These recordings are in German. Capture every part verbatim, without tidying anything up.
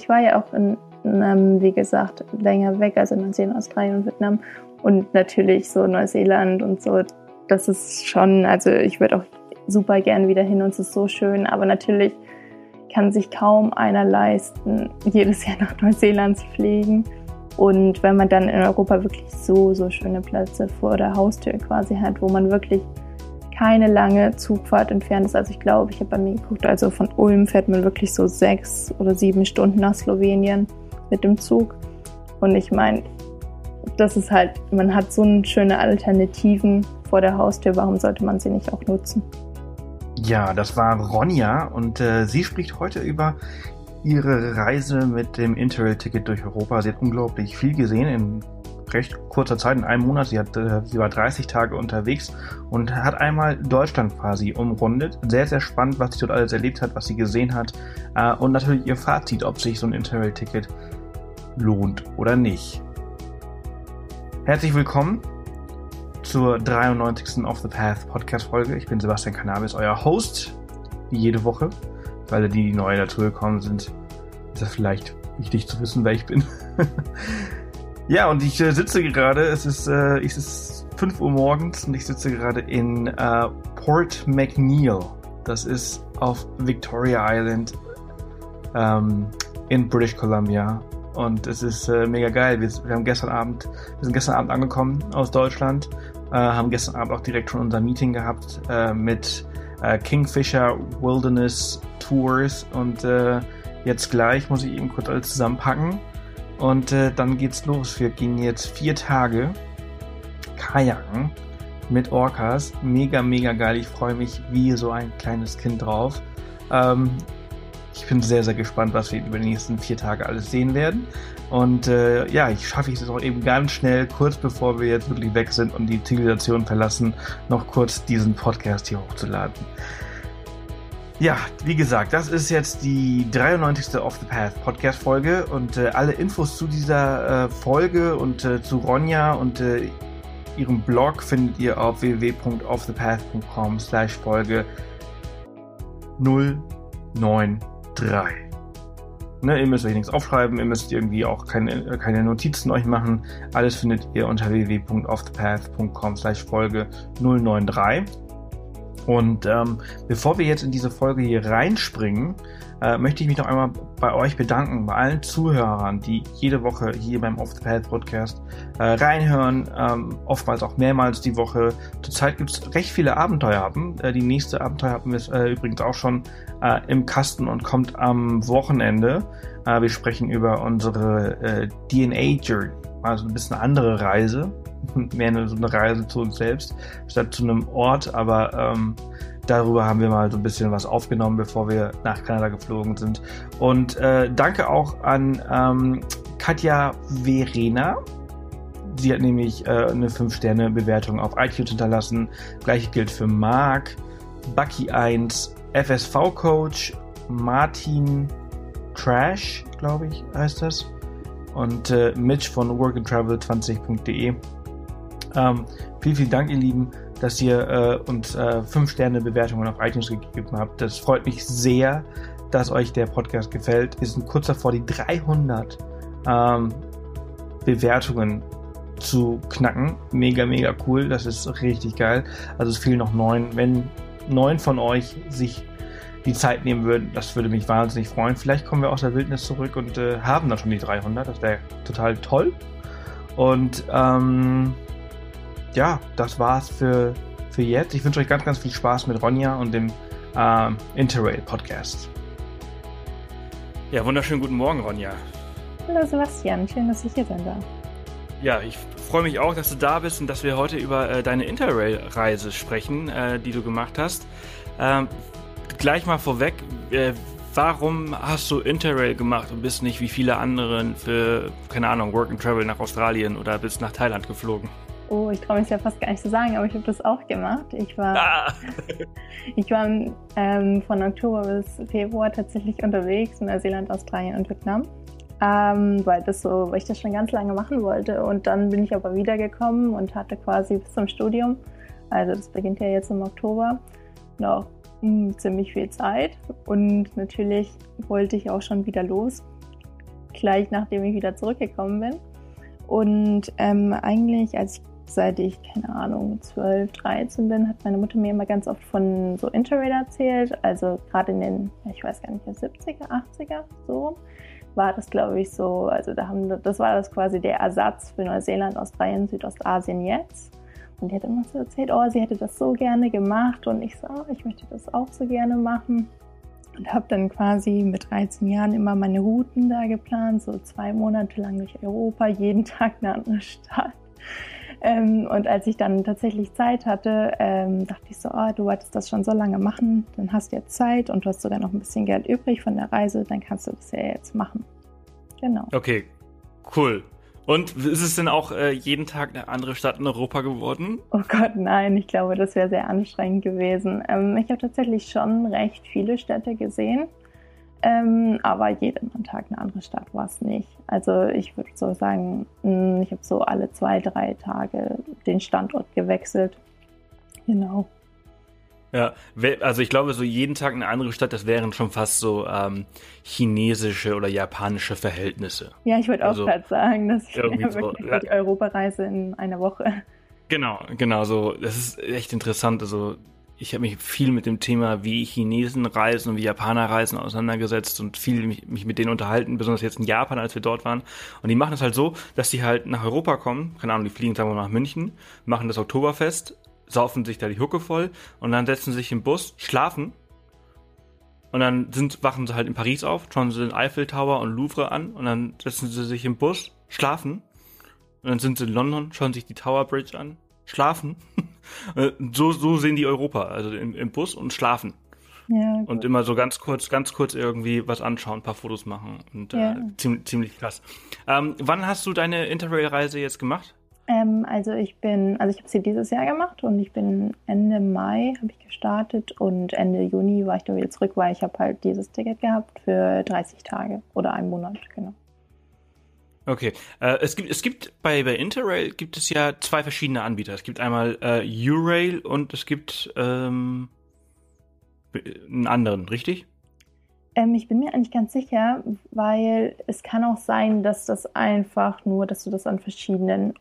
ich war ja auch in, in, wie gesagt, länger weg, also Neuseeland, Australien und Vietnam und natürlich so Neuseeland und so, das ist schon, also ich würde auch super gern wieder hin und es ist so schön, aber natürlich kann sich kaum einer leisten, jedes Jahr nach Neuseeland zu fliegen. Und wenn man dann in Europa wirklich so, so schöne Plätze vor der Haustür quasi hat, wo man wirklich keine lange Zugfahrt entfernt ist. Also ich glaube, ich habe bei mir geguckt, also von Ulm fährt man wirklich so sechs oder sieben Stunden nach Slowenien mit dem Zug. Und ich meine, das ist halt, man hat so eine schöne Alternativen vor der Haustür. Warum sollte man sie nicht auch nutzen? Ja, das war Ronja und äh, sie spricht heute über ihre Reise mit dem Interrail-Ticket durch Europa. Sie hat unglaublich viel gesehen in recht kurzer Zeit, in einem Monat. Sie, hat, äh, sie war dreißig Tage unterwegs und hat einmal Deutschland quasi umrundet. Sehr, sehr spannend, was sie dort alles erlebt hat, was sie gesehen hat äh, und natürlich ihr Fazit, ob sich so ein Interrail-Ticket lohnt oder nicht. Herzlich willkommen zur dreiundneunzigsten Off the Path Podcast-Folge. Ich bin Sebastian Cannabis, euer Host, wie jede Woche. Für alle, die neu dazugekommen sind, ist das vielleicht wichtig zu wissen, wer ich bin. Ja, und ich äh, sitze gerade, es ist, äh, es ist fünf Uhr morgens und ich sitze gerade in äh, Port McNeill. Das ist auf Victoria Island ähm, in British Columbia. Und es ist äh, mega geil. Wir, wir haben gestern Abend, wir sind gestern Abend angekommen aus Deutschland, äh, haben gestern Abend auch direkt schon unser Meeting gehabt äh, mit äh, Kingfisher Wilderness Tours und äh, jetzt gleich muss ich eben kurz alles zusammenpacken und äh, dann geht's los. Wir gehen jetzt vier Tage Kajaken mit Orcas. Mega, mega geil. Ich freue mich wie so ein kleines Kind drauf. Ähm, Ich bin sehr, sehr gespannt, was wir über die nächsten vier Tage alles sehen werden. Und äh, ja, ich schaffe es auch eben ganz schnell, kurz bevor wir jetzt wirklich weg sind und die Zivilisation verlassen, noch kurz diesen Podcast hier hochzuladen. Ja, wie gesagt, das ist jetzt die dreiundneunzigste Off the Path Podcast Folge und äh, alle Infos zu dieser äh, Folge und äh, zu Ronja und äh, ihrem Blog findet ihr auf w w w punkt off the path punkt com slash Folge null neun drei. Ne, ihr müsst euch nichts aufschreiben, ihr müsst irgendwie auch keine, keine Notizen euch machen. Alles findet ihr unter w w w punkt off the path punkt com slash Folge null neun drei. Und ähm, bevor wir jetzt in diese Folge hier reinspringen, äh, möchte ich mich noch einmal bei euch bedanken, bei allen Zuhörern, die jede Woche hier beim Off the Path Podcast äh, reinhören, ähm, oftmals auch mehrmals die Woche. Zurzeit gibt es recht viele Abenteuerhappen. Äh, die nächste Abenteuerhappen ist äh, übrigens auch schon äh, im Kasten und kommt am Wochenende. Äh, wir sprechen über unsere äh, D N A-Journey, also ein bisschen eine andere Reise. Mehr eine, so eine Reise zu uns selbst, statt zu einem Ort, aber ähm, darüber haben wir mal so ein bisschen was aufgenommen, bevor wir nach Kanada geflogen sind. Und äh, danke auch an ähm, Katja Verena. Sie hat nämlich äh, eine fünf Sterne Bewertung auf iTunes hinterlassen. Gleiches gilt für Marc, Bucky eins, F S V-Coach, Martin Trash, glaube ich, heißt das. Und äh, Mitch von work and travel zwanzig punkt de. Ähm, vielen, vielen Dank, ihr Lieben, dass ihr äh, uns äh, fünf Sterne Bewertungen auf iTunes gegeben habt. Das freut mich sehr, dass euch der Podcast gefällt. Wir sind kurz davor, die dreihundert ähm, Bewertungen zu knacken. Mega, mega cool. Das ist richtig geil. Also es fehlen noch neun. Wenn neun von euch sich die Zeit nehmen würden, das würde mich wahnsinnig freuen. Vielleicht kommen wir aus der Wildnis zurück und äh, haben dann schon die dreihundert. Das wäre total toll. Und ähm, ja, das war's für, für jetzt. Ich wünsche euch ganz, ganz viel Spaß mit Ronja und dem ähm, Interrail Podcast. Ja, wunderschönen guten Morgen, Ronja. Hallo Sebastian, schön, dass ich hier sein darf. Ja, ich freue mich auch, dass du da bist und dass wir heute über äh, deine Interrail-Reise sprechen, äh, die du gemacht hast. Ähm, gleich mal vorweg, äh, warum hast du Interrail gemacht und bist nicht wie viele andere für, keine Ahnung, Work and Travel nach Australien oder bist nach Thailand geflogen? Oh, ich traue mich ja fast gar nicht zu sagen, aber ich habe das auch gemacht. Ich war, ah. ich war ähm, von Oktober bis Februar tatsächlich unterwegs in Neuseeland, Australien und Vietnam, ähm, weil das so, weil ich das schon ganz lange machen wollte. Und dann bin ich aber wiedergekommen und hatte quasi bis zum Studium, also das beginnt ja jetzt im Oktober, noch mh, ziemlich viel Zeit. Und natürlich wollte ich auch schon wieder los. gleich nachdem ich wieder zurückgekommen bin. Und ähm, eigentlich, als ich, seit ich, keine Ahnung, zwölf, dreizehn bin, hat meine Mutter mir immer ganz oft von so Interrail erzählt. Also gerade in den, ich weiß gar nicht, siebziger, achtziger, so war das, glaube ich, so. Also da haben, das war das quasi der Ersatz für Neuseeland, Australien, Südostasien jetzt. Und die hat immer so erzählt, oh, sie hätte das so gerne gemacht. Und ich so, oh, ich möchte das auch so gerne machen. Und habe dann quasi mit dreizehn Jahren immer meine Routen da geplant, so zwei Monate lang durch Europa, jeden Tag eine andere Stadt. Ähm, und als ich dann tatsächlich Zeit hatte, ähm, dachte ich so, oh, du wolltest das schon so lange machen, dann hast du jetzt Zeit und du hast sogar noch ein bisschen Geld übrig von der Reise, dann kannst du das ja jetzt machen. Genau. Okay, cool. Und ist es denn auch äh, jeden Tag eine andere Stadt in Europa geworden? Oh Gott, nein, ich glaube, das wäre sehr anstrengend gewesen. Ähm, ich habe tatsächlich schon recht viele Städte gesehen, ähm, aber jeden Tag eine andere Stadt war es nicht. Also ich würde so sagen, mh, ich habe so alle zwei, drei Tage den Standort gewechselt. Genau. Ja, also ich glaube, so jeden Tag eine andere Stadt, das wären schon fast so ähm, chinesische oder japanische Verhältnisse. Ja, ich würde auch also, gerade sagen, dass ich wirklich so, ja. die Europareise in einer Woche. Genau, genau, so, das ist echt interessant. Also ich habe mich viel mit dem Thema, wie Chinesen reisen und wie Japaner reisen, auseinandergesetzt und viel mich, mich mit denen unterhalten, besonders jetzt in Japan, als wir dort waren. Und die machen das halt so, dass die halt nach Europa kommen, keine Ahnung, die fliegen, sagen wir mal, nach München, machen das Oktoberfest, saufen sich da die Hucke voll und dann setzen sie sich im Bus, schlafen und dann sind, wachen sie halt in Paris auf, schauen sie den Eiffel Tower und Louvre an und dann setzen sie sich im Bus, schlafen und dann sind sie in London, schauen sich die Tower Bridge an, schlafen. so, so sehen die Europa, also im, im Bus und schlafen. Ja, und immer so ganz kurz, ganz kurz irgendwie was anschauen, ein paar Fotos machen und ja. äh, ziemlich, ziemlich krass. Ähm, wann hast du deine Interrail-Reise jetzt gemacht? Ähm, also ich bin, also ich habe sie dieses Jahr gemacht und ich bin Ende Mai habe ich gestartet und Ende Juni war ich dann wieder zurück, weil ich habe halt dieses Ticket gehabt für dreißig Tage oder einen Monat, genau. Okay, äh, es gibt es gibt bei bei Interrail gibt es ja zwei verschiedene Anbieter. Es gibt einmal äh, U-Rail und es gibt ähm, einen anderen, richtig? Ähm, ich bin mir eigentlich ganz sicher, weil es kann auch sein, dass das einfach nur, dass du das an verschiedenen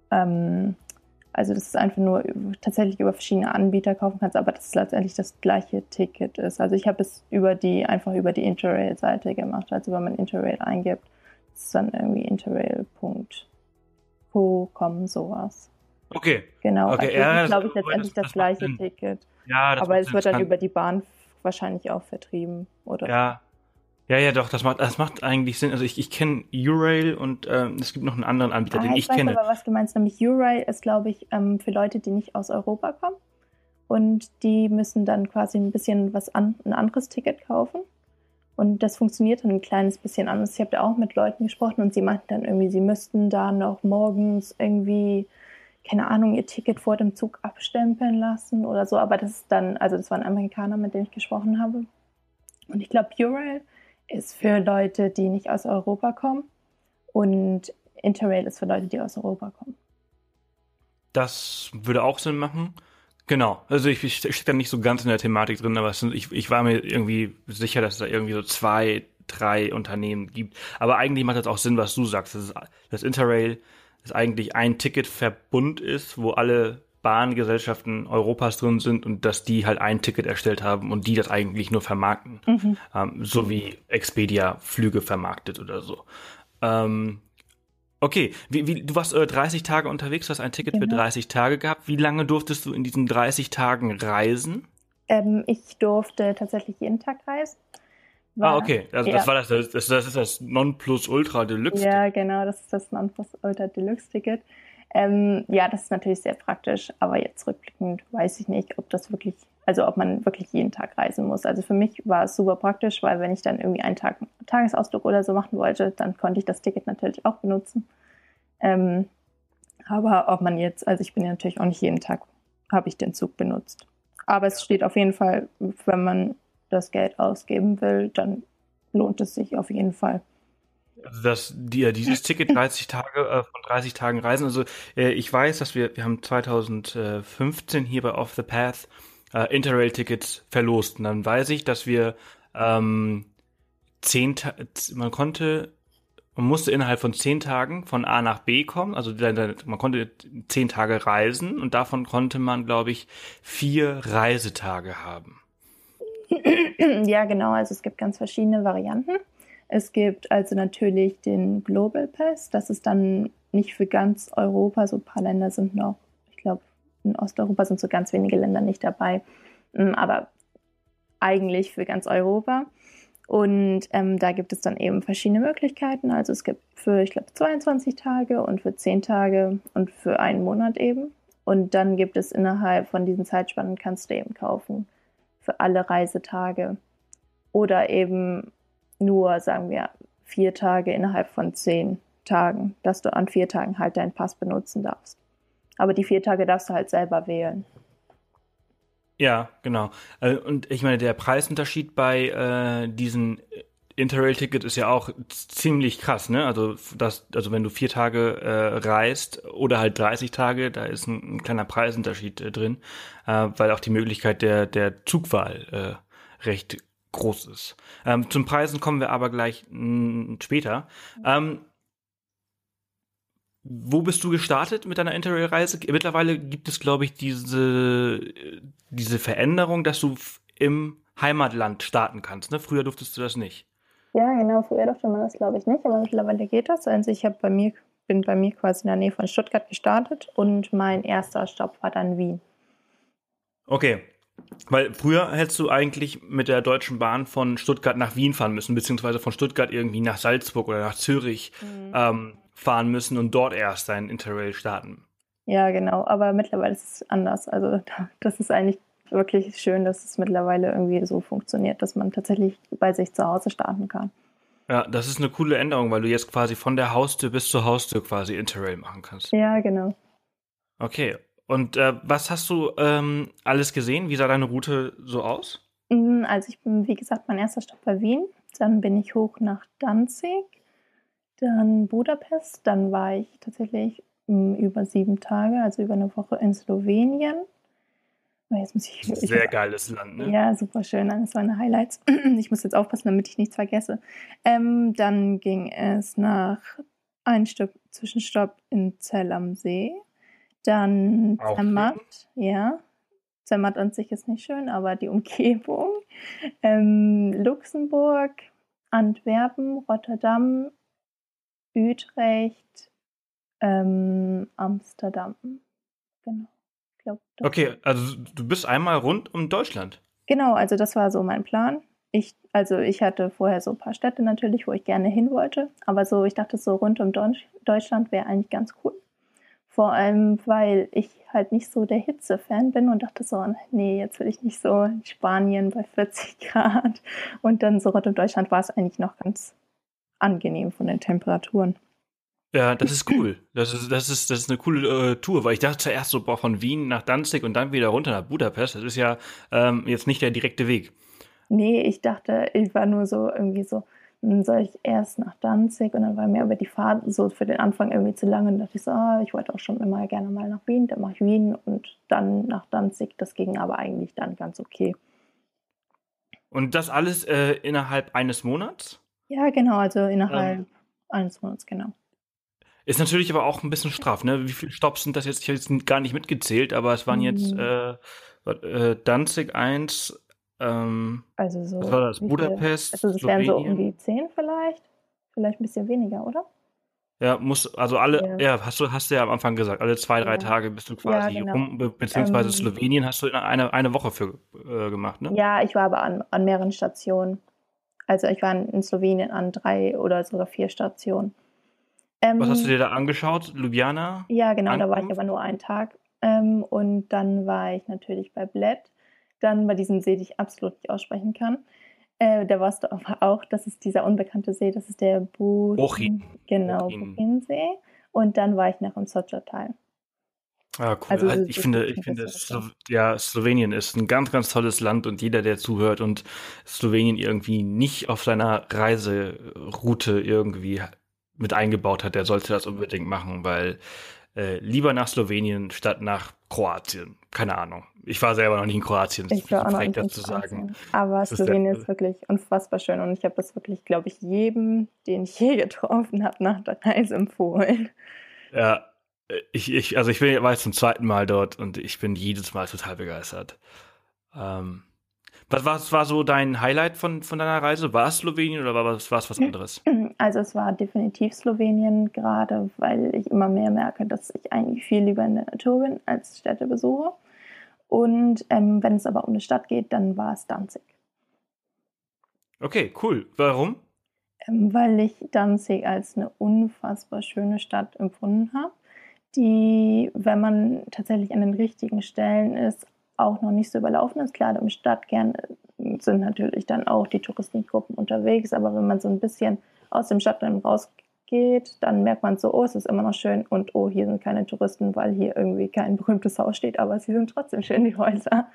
also dass es einfach nur tatsächlich über verschiedene Anbieter kaufen kannst, aber dass es letztendlich das gleiche Ticket ist. Also ich habe es über die, einfach über die Interrail-Seite gemacht. Also wenn man Interrail eingibt, ist dann irgendwie interrail punkt co kommen, sowas. Okay. Genau, okay. also ja, das ist, glaube ich, das, letztendlich das, das gleiche Ticket. Ja, das aber es wird dann kann... über die Bahn wahrscheinlich auch vertrieben, oder? Ja. Ja, ja, doch, das macht, das macht eigentlich Sinn. Also ich, ich kenne U-Rail und ähm, es gibt noch einen anderen Anbieter, ah, den ich, ich weiß kenne. Aber was du meinst, nämlich U-Rail ist, glaube ich, ähm, für Leute, die nicht aus Europa kommen und die müssen dann quasi ein bisschen was an, ein anderes Ticket kaufen und das funktioniert dann ein kleines bisschen anders. Ich habe da auch mit Leuten gesprochen und sie meinten dann irgendwie, sie müssten da noch morgens irgendwie, keine Ahnung, ihr Ticket vor dem Zug abstempeln lassen oder so, aber das ist dann, also das waren Amerikaner, mit denen ich gesprochen habe und ich glaube, U-Rail ist für Leute, die nicht aus Europa kommen und Interrail ist für Leute, die aus Europa kommen. Das würde auch Sinn machen. Genau, also ich, ich stecke da nicht so ganz in der Thematik drin, aber es sind, ich, ich war mir irgendwie sicher, dass es da irgendwie so zwei, drei Unternehmen gibt. Aber eigentlich macht das auch Sinn, was du sagst. Das, ist, das Interrail ist eigentlich ein Ticketverbund ist, wo alle Bahngesellschaften Europas drin sind und dass die halt ein Ticket erstellt haben und die das eigentlich nur vermarkten. Mhm. Ähm, so wie Expedia Flüge vermarktet oder so. Ähm, okay, wie, wie, du warst äh, dreißig Tage unterwegs, du hast ein Ticket genau. für dreißig Tage gehabt. Wie lange durftest du in diesen dreißig Tagen reisen? Ähm, ich durfte tatsächlich jeden Tag reisen. War, ah, okay. Also ja. das war das, das, das ist das Nonplusultra Deluxe. Ja, genau, das ist das Nonplusultra Deluxe Ticket. Ähm, ja, das ist natürlich sehr praktisch, aber jetzt rückblickend weiß ich nicht, ob das wirklich, also ob man wirklich jeden Tag reisen muss. Also für mich war es super praktisch, weil wenn ich dann irgendwie einen Tag Tagesausflug oder so machen wollte, dann konnte ich das Ticket natürlich auch benutzen. Ähm, aber ob man jetzt, also ich bin ja natürlich auch nicht jeden Tag, habe ich den Zug benutzt. Aber es steht auf jeden Fall, wenn man das Geld ausgeben will, dann lohnt es sich auf jeden Fall. Also das, die, dieses Ticket dreißig Tage, äh, von dreißig Tagen Reisen, also äh, ich weiß, dass wir, wir haben zwanzig fünfzehn hier bei Off the Path äh, Interrail-Tickets verlost und dann weiß ich, dass wir ähm, zehn, Ta- man konnte man musste innerhalb von zehn Tagen von A nach B kommen. Also man konnte zehn Tage reisen und davon konnte man, glaube ich, vier Reisetage haben. Ja, genau. Also es gibt ganz verschiedene Varianten. Es gibt also natürlich den Global Pass. Das ist dann nicht für ganz Europa. So ein paar Länder sind noch, ich glaube, in Osteuropa sind so ganz wenige Länder nicht dabei. Aber eigentlich für ganz Europa. Und ähm, da gibt es dann eben verschiedene Möglichkeiten. Also es gibt für, ich glaube, zweiundzwanzig Tage und für zehn Tage und für einen Monat eben. Und dann gibt es innerhalb von diesen Zeitspannen, kannst du eben kaufen für alle Reisetage. Oder eben nur, sagen wir, vier Tage innerhalb von zehn Tagen, dass du an vier Tagen halt deinen Pass benutzen darfst. Aber die vier Tage darfst du halt selber wählen. Ja, genau. Und ich meine, der Preisunterschied bei äh, diesen Interrail-Ticket ist ja auch ziemlich krass, ne? Also das, also wenn du vier Tage äh, reist oder halt dreißig Tage, da ist ein, ein kleiner Preisunterschied äh, drin, äh, weil auch die Möglichkeit der der Zugwahl äh, recht groß ist. Ähm, zum Preisen kommen wir aber gleich mh, später. Ähm, Wo bist du gestartet mit deiner Interrail-Reise? Mittlerweile gibt es, glaube ich, diese, diese Veränderung, dass du im Heimatland starten kannst. Ne? Früher durftest du das nicht. Ja, genau. Früher durfte man das, glaube ich, nicht, aber mittlerweile geht das. Also ich habe bei mir, bin bei mir quasi in der Nähe von Stuttgart gestartet und mein erster Stopp war dann Wien. Okay. Weil früher hättest du eigentlich mit der Deutschen Bahn von Stuttgart nach Wien fahren müssen, beziehungsweise von Stuttgart irgendwie nach Salzburg oder nach Zürich mhm. ähm, fahren müssen und dort erst dein Interrail starten. Ja, genau. Aber mittlerweile ist es anders. Also das ist eigentlich wirklich schön, dass es mittlerweile irgendwie so funktioniert, dass man tatsächlich bei sich zu Hause starten kann. Ja, das ist eine coole Änderung, weil du jetzt quasi von der Haustür bis zur Haustür quasi Interrail machen kannst. Ja, genau. Okay. Und äh, was hast du ähm, alles gesehen? Wie sah deine Route so aus? Also ich bin, wie gesagt, mein erster Stopp war Wien. Dann bin ich hoch nach Danzig, dann Budapest. Dann war ich tatsächlich um, über sieben Tage, also über eine Woche in Slowenien. Jetzt muss ich, ich Sehr muss, geiles Land, ne? Ja, super schön. Das waren Highlights. Ich muss jetzt aufpassen, damit ich nichts vergesse. Ähm, dann ging es nach ein Stück Zwischenstopp in Zell am See. Dann Zermatt, ja. Zermatt an sich ist nicht schön, aber die Umgebung. Ähm, Luxemburg, Antwerpen, Rotterdam, Utrecht, ähm, Amsterdam. Genau. Ich glaub, das okay, also du bist einmal rund um Deutschland. Genau, also das war so mein Plan. Ich, also ich hatte vorher so ein paar Städte natürlich, wo ich gerne hin wollte. Aber so, ich dachte so rund um Deutschland wäre eigentlich ganz cool. Vor allem, weil ich halt nicht so der Hitze-Fan bin und dachte so, nee, jetzt will ich nicht so in Spanien bei vierzig Grad. Und dann so rund um Deutschland war es eigentlich noch ganz angenehm von den Temperaturen. Ja, das ist cool. Das ist, das ist, das ist eine coole äh, Tour, weil ich dachte zuerst so, boah, von Wien nach Danzig und dann wieder runter nach Budapest. Das ist ja ähm, jetzt nicht der direkte Weg. Nee, ich dachte, ich war nur so irgendwie so, dann soll ich erst nach Danzig und dann war mir aber die Fahrt so für den Anfang irgendwie zu lang und dachte ich so, ah, ich wollte auch schon immer gerne mal nach Wien, dann mache ich Wien und dann nach Danzig. Das ging aber eigentlich dann ganz okay. Und das alles äh, innerhalb eines Monats? Ja, genau, also innerhalb ähm, eines Monats, genau. Ist natürlich aber auch ein bisschen straff, ne? Wie viele Stopps sind das jetzt? Ich habe jetzt gar nicht mitgezählt, aber es waren mhm. jetzt äh, äh, Danzig eins, ähm, also so, was war das? Budapest, also das Slowenien. wären so um die zehn vielleicht, vielleicht ein bisschen weniger, oder? Ja, muss, also alle, ja, ja hast du, hast du ja am Anfang gesagt, alle zwei, drei ja. Tage bist du quasi ja, genau. rum, be beziehungsweise ähm, Slowenien hast du eine, eine Woche für äh, gemacht, ne? Ja, ich war aber an, an mehreren Stationen. Also ich war in Slowenien an drei oder sogar vier Stationen. Ähm, Was hast du dir da angeschaut? Ljubljana? Ja, genau, Ankunft? Da war ich aber nur einen Tag. Ähm, und dann war ich natürlich bei Bled. Dann bei diesem See, den ich absolut nicht aussprechen kann. Äh, da warst du aber auch, das ist dieser unbekannte See, das ist der Buchin. Genau, Buchinsee. Und dann war ich noch im Sotschertal. Ah, cool. Also, also ich finde, ich finde, Slo ja, Slowenien ist ein ganz, ganz tolles Land und jeder, der zuhört und Slowenien irgendwie nicht auf seiner Reiseroute irgendwie mit eingebaut hat, der sollte das unbedingt machen, weil äh, lieber nach Slowenien statt nach Kroatien, keine Ahnung. Ich war selber noch nie in Kroatien. Ich war auch noch nicht das in zu Kroatien. sagen. Aber Das ist Slowenien der- ist wirklich unfassbar schön und ich habe das wirklich, glaube ich, jedem, den ich je getroffen habe, nach der Reise empfohlen. Ja, ich, ich, also ich bin, war jetzt zum zweiten Mal dort und ich bin jedes Mal total begeistert. Ähm, was, was war so dein Highlight von, von deiner Reise? War es Slowenien oder war es was, was anderes? Also es war definitiv Slowenien, gerade weil ich immer mehr merke, dass ich eigentlich viel lieber in der Natur bin als Städtebesucher. Und ähm, wenn es aber um eine Stadt geht, dann war es Danzig. Okay, cool. Warum? Ähm, weil ich Danzig als eine unfassbar schöne Stadt empfunden habe, die, wenn man tatsächlich an den richtigen Stellen ist, auch noch nicht so überlaufen ist. Klar, im Stadtkern sind natürlich dann auch die Touristengruppen unterwegs, aber wenn man so ein bisschen aus dem Stadtkern rausgeht, dann merkt man so, oh, es ist immer noch schön und oh, hier sind keine Touristen, weil hier irgendwie kein berühmtes Haus steht, aber sie sind trotzdem schön, die Häuser.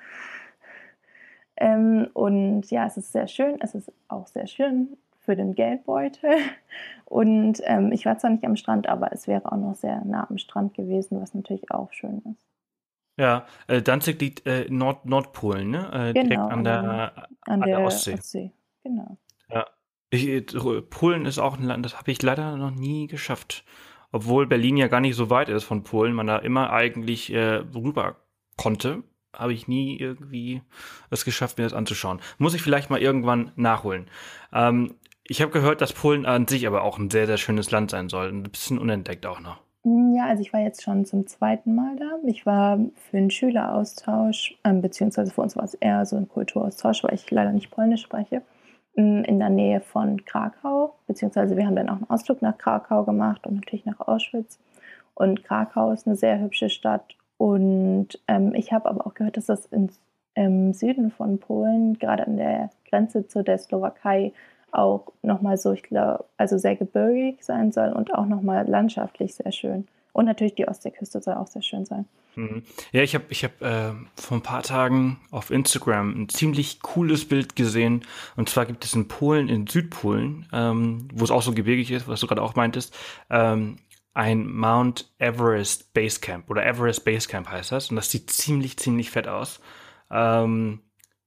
Ähm, und ja, es ist sehr schön, es ist auch sehr schön für den Geldbeutel und ähm, ich war zwar nicht am Strand, aber es wäre auch noch sehr nah am Strand gewesen, was natürlich auch schön ist. Ja, äh, Danzig liegt äh, in Nord Nordpolen, ne? Äh, Genau, direkt an der, an an der der Ostsee. Ostsee. Genau. Ja. Ich, äh, Polen ist auch ein Land, das habe ich leider noch nie geschafft. Obwohl Berlin ja gar nicht so weit ist von Polen, man da immer eigentlich äh, rüber konnte, habe ich nie irgendwie es geschafft, mir das anzuschauen. Muss ich vielleicht mal irgendwann nachholen. Ähm, ich habe gehört, dass Polen an sich aber auch ein sehr, sehr schönes Land sein soll. Ein bisschen unentdeckt auch noch. Ja, also ich war jetzt schon zum zweiten Mal da. Ich war für einen Schüleraustausch, ähm, beziehungsweise für uns war es eher so ein Kulturaustausch, weil ich leider nicht Polnisch spreche, in der Nähe von Krakau, beziehungsweise wir haben dann auch einen Ausflug nach Krakau gemacht und natürlich nach Auschwitz. Und Krakau ist eine sehr hübsche Stadt. Und ähm, ich habe aber auch gehört, dass das in, im Süden von Polen, gerade an der Grenze zu der Slowakei, auch nochmal so, ich glaube, also sehr gebirgig sein soll und auch nochmal landschaftlich sehr schön. Und natürlich die Ostseeküste soll auch sehr schön sein. Mhm. Ja, ich habe ich hab, äh, vor ein paar Tagen auf Instagram ein ziemlich cooles Bild gesehen. Und zwar gibt es in Polen, in Südpolen, ähm, wo es auch so gebirgig ist, was du gerade auch meintest, ähm, ein Mount Everest Basecamp oder Everest Basecamp heißt das. Und das sieht ziemlich, ziemlich fett aus. Ähm,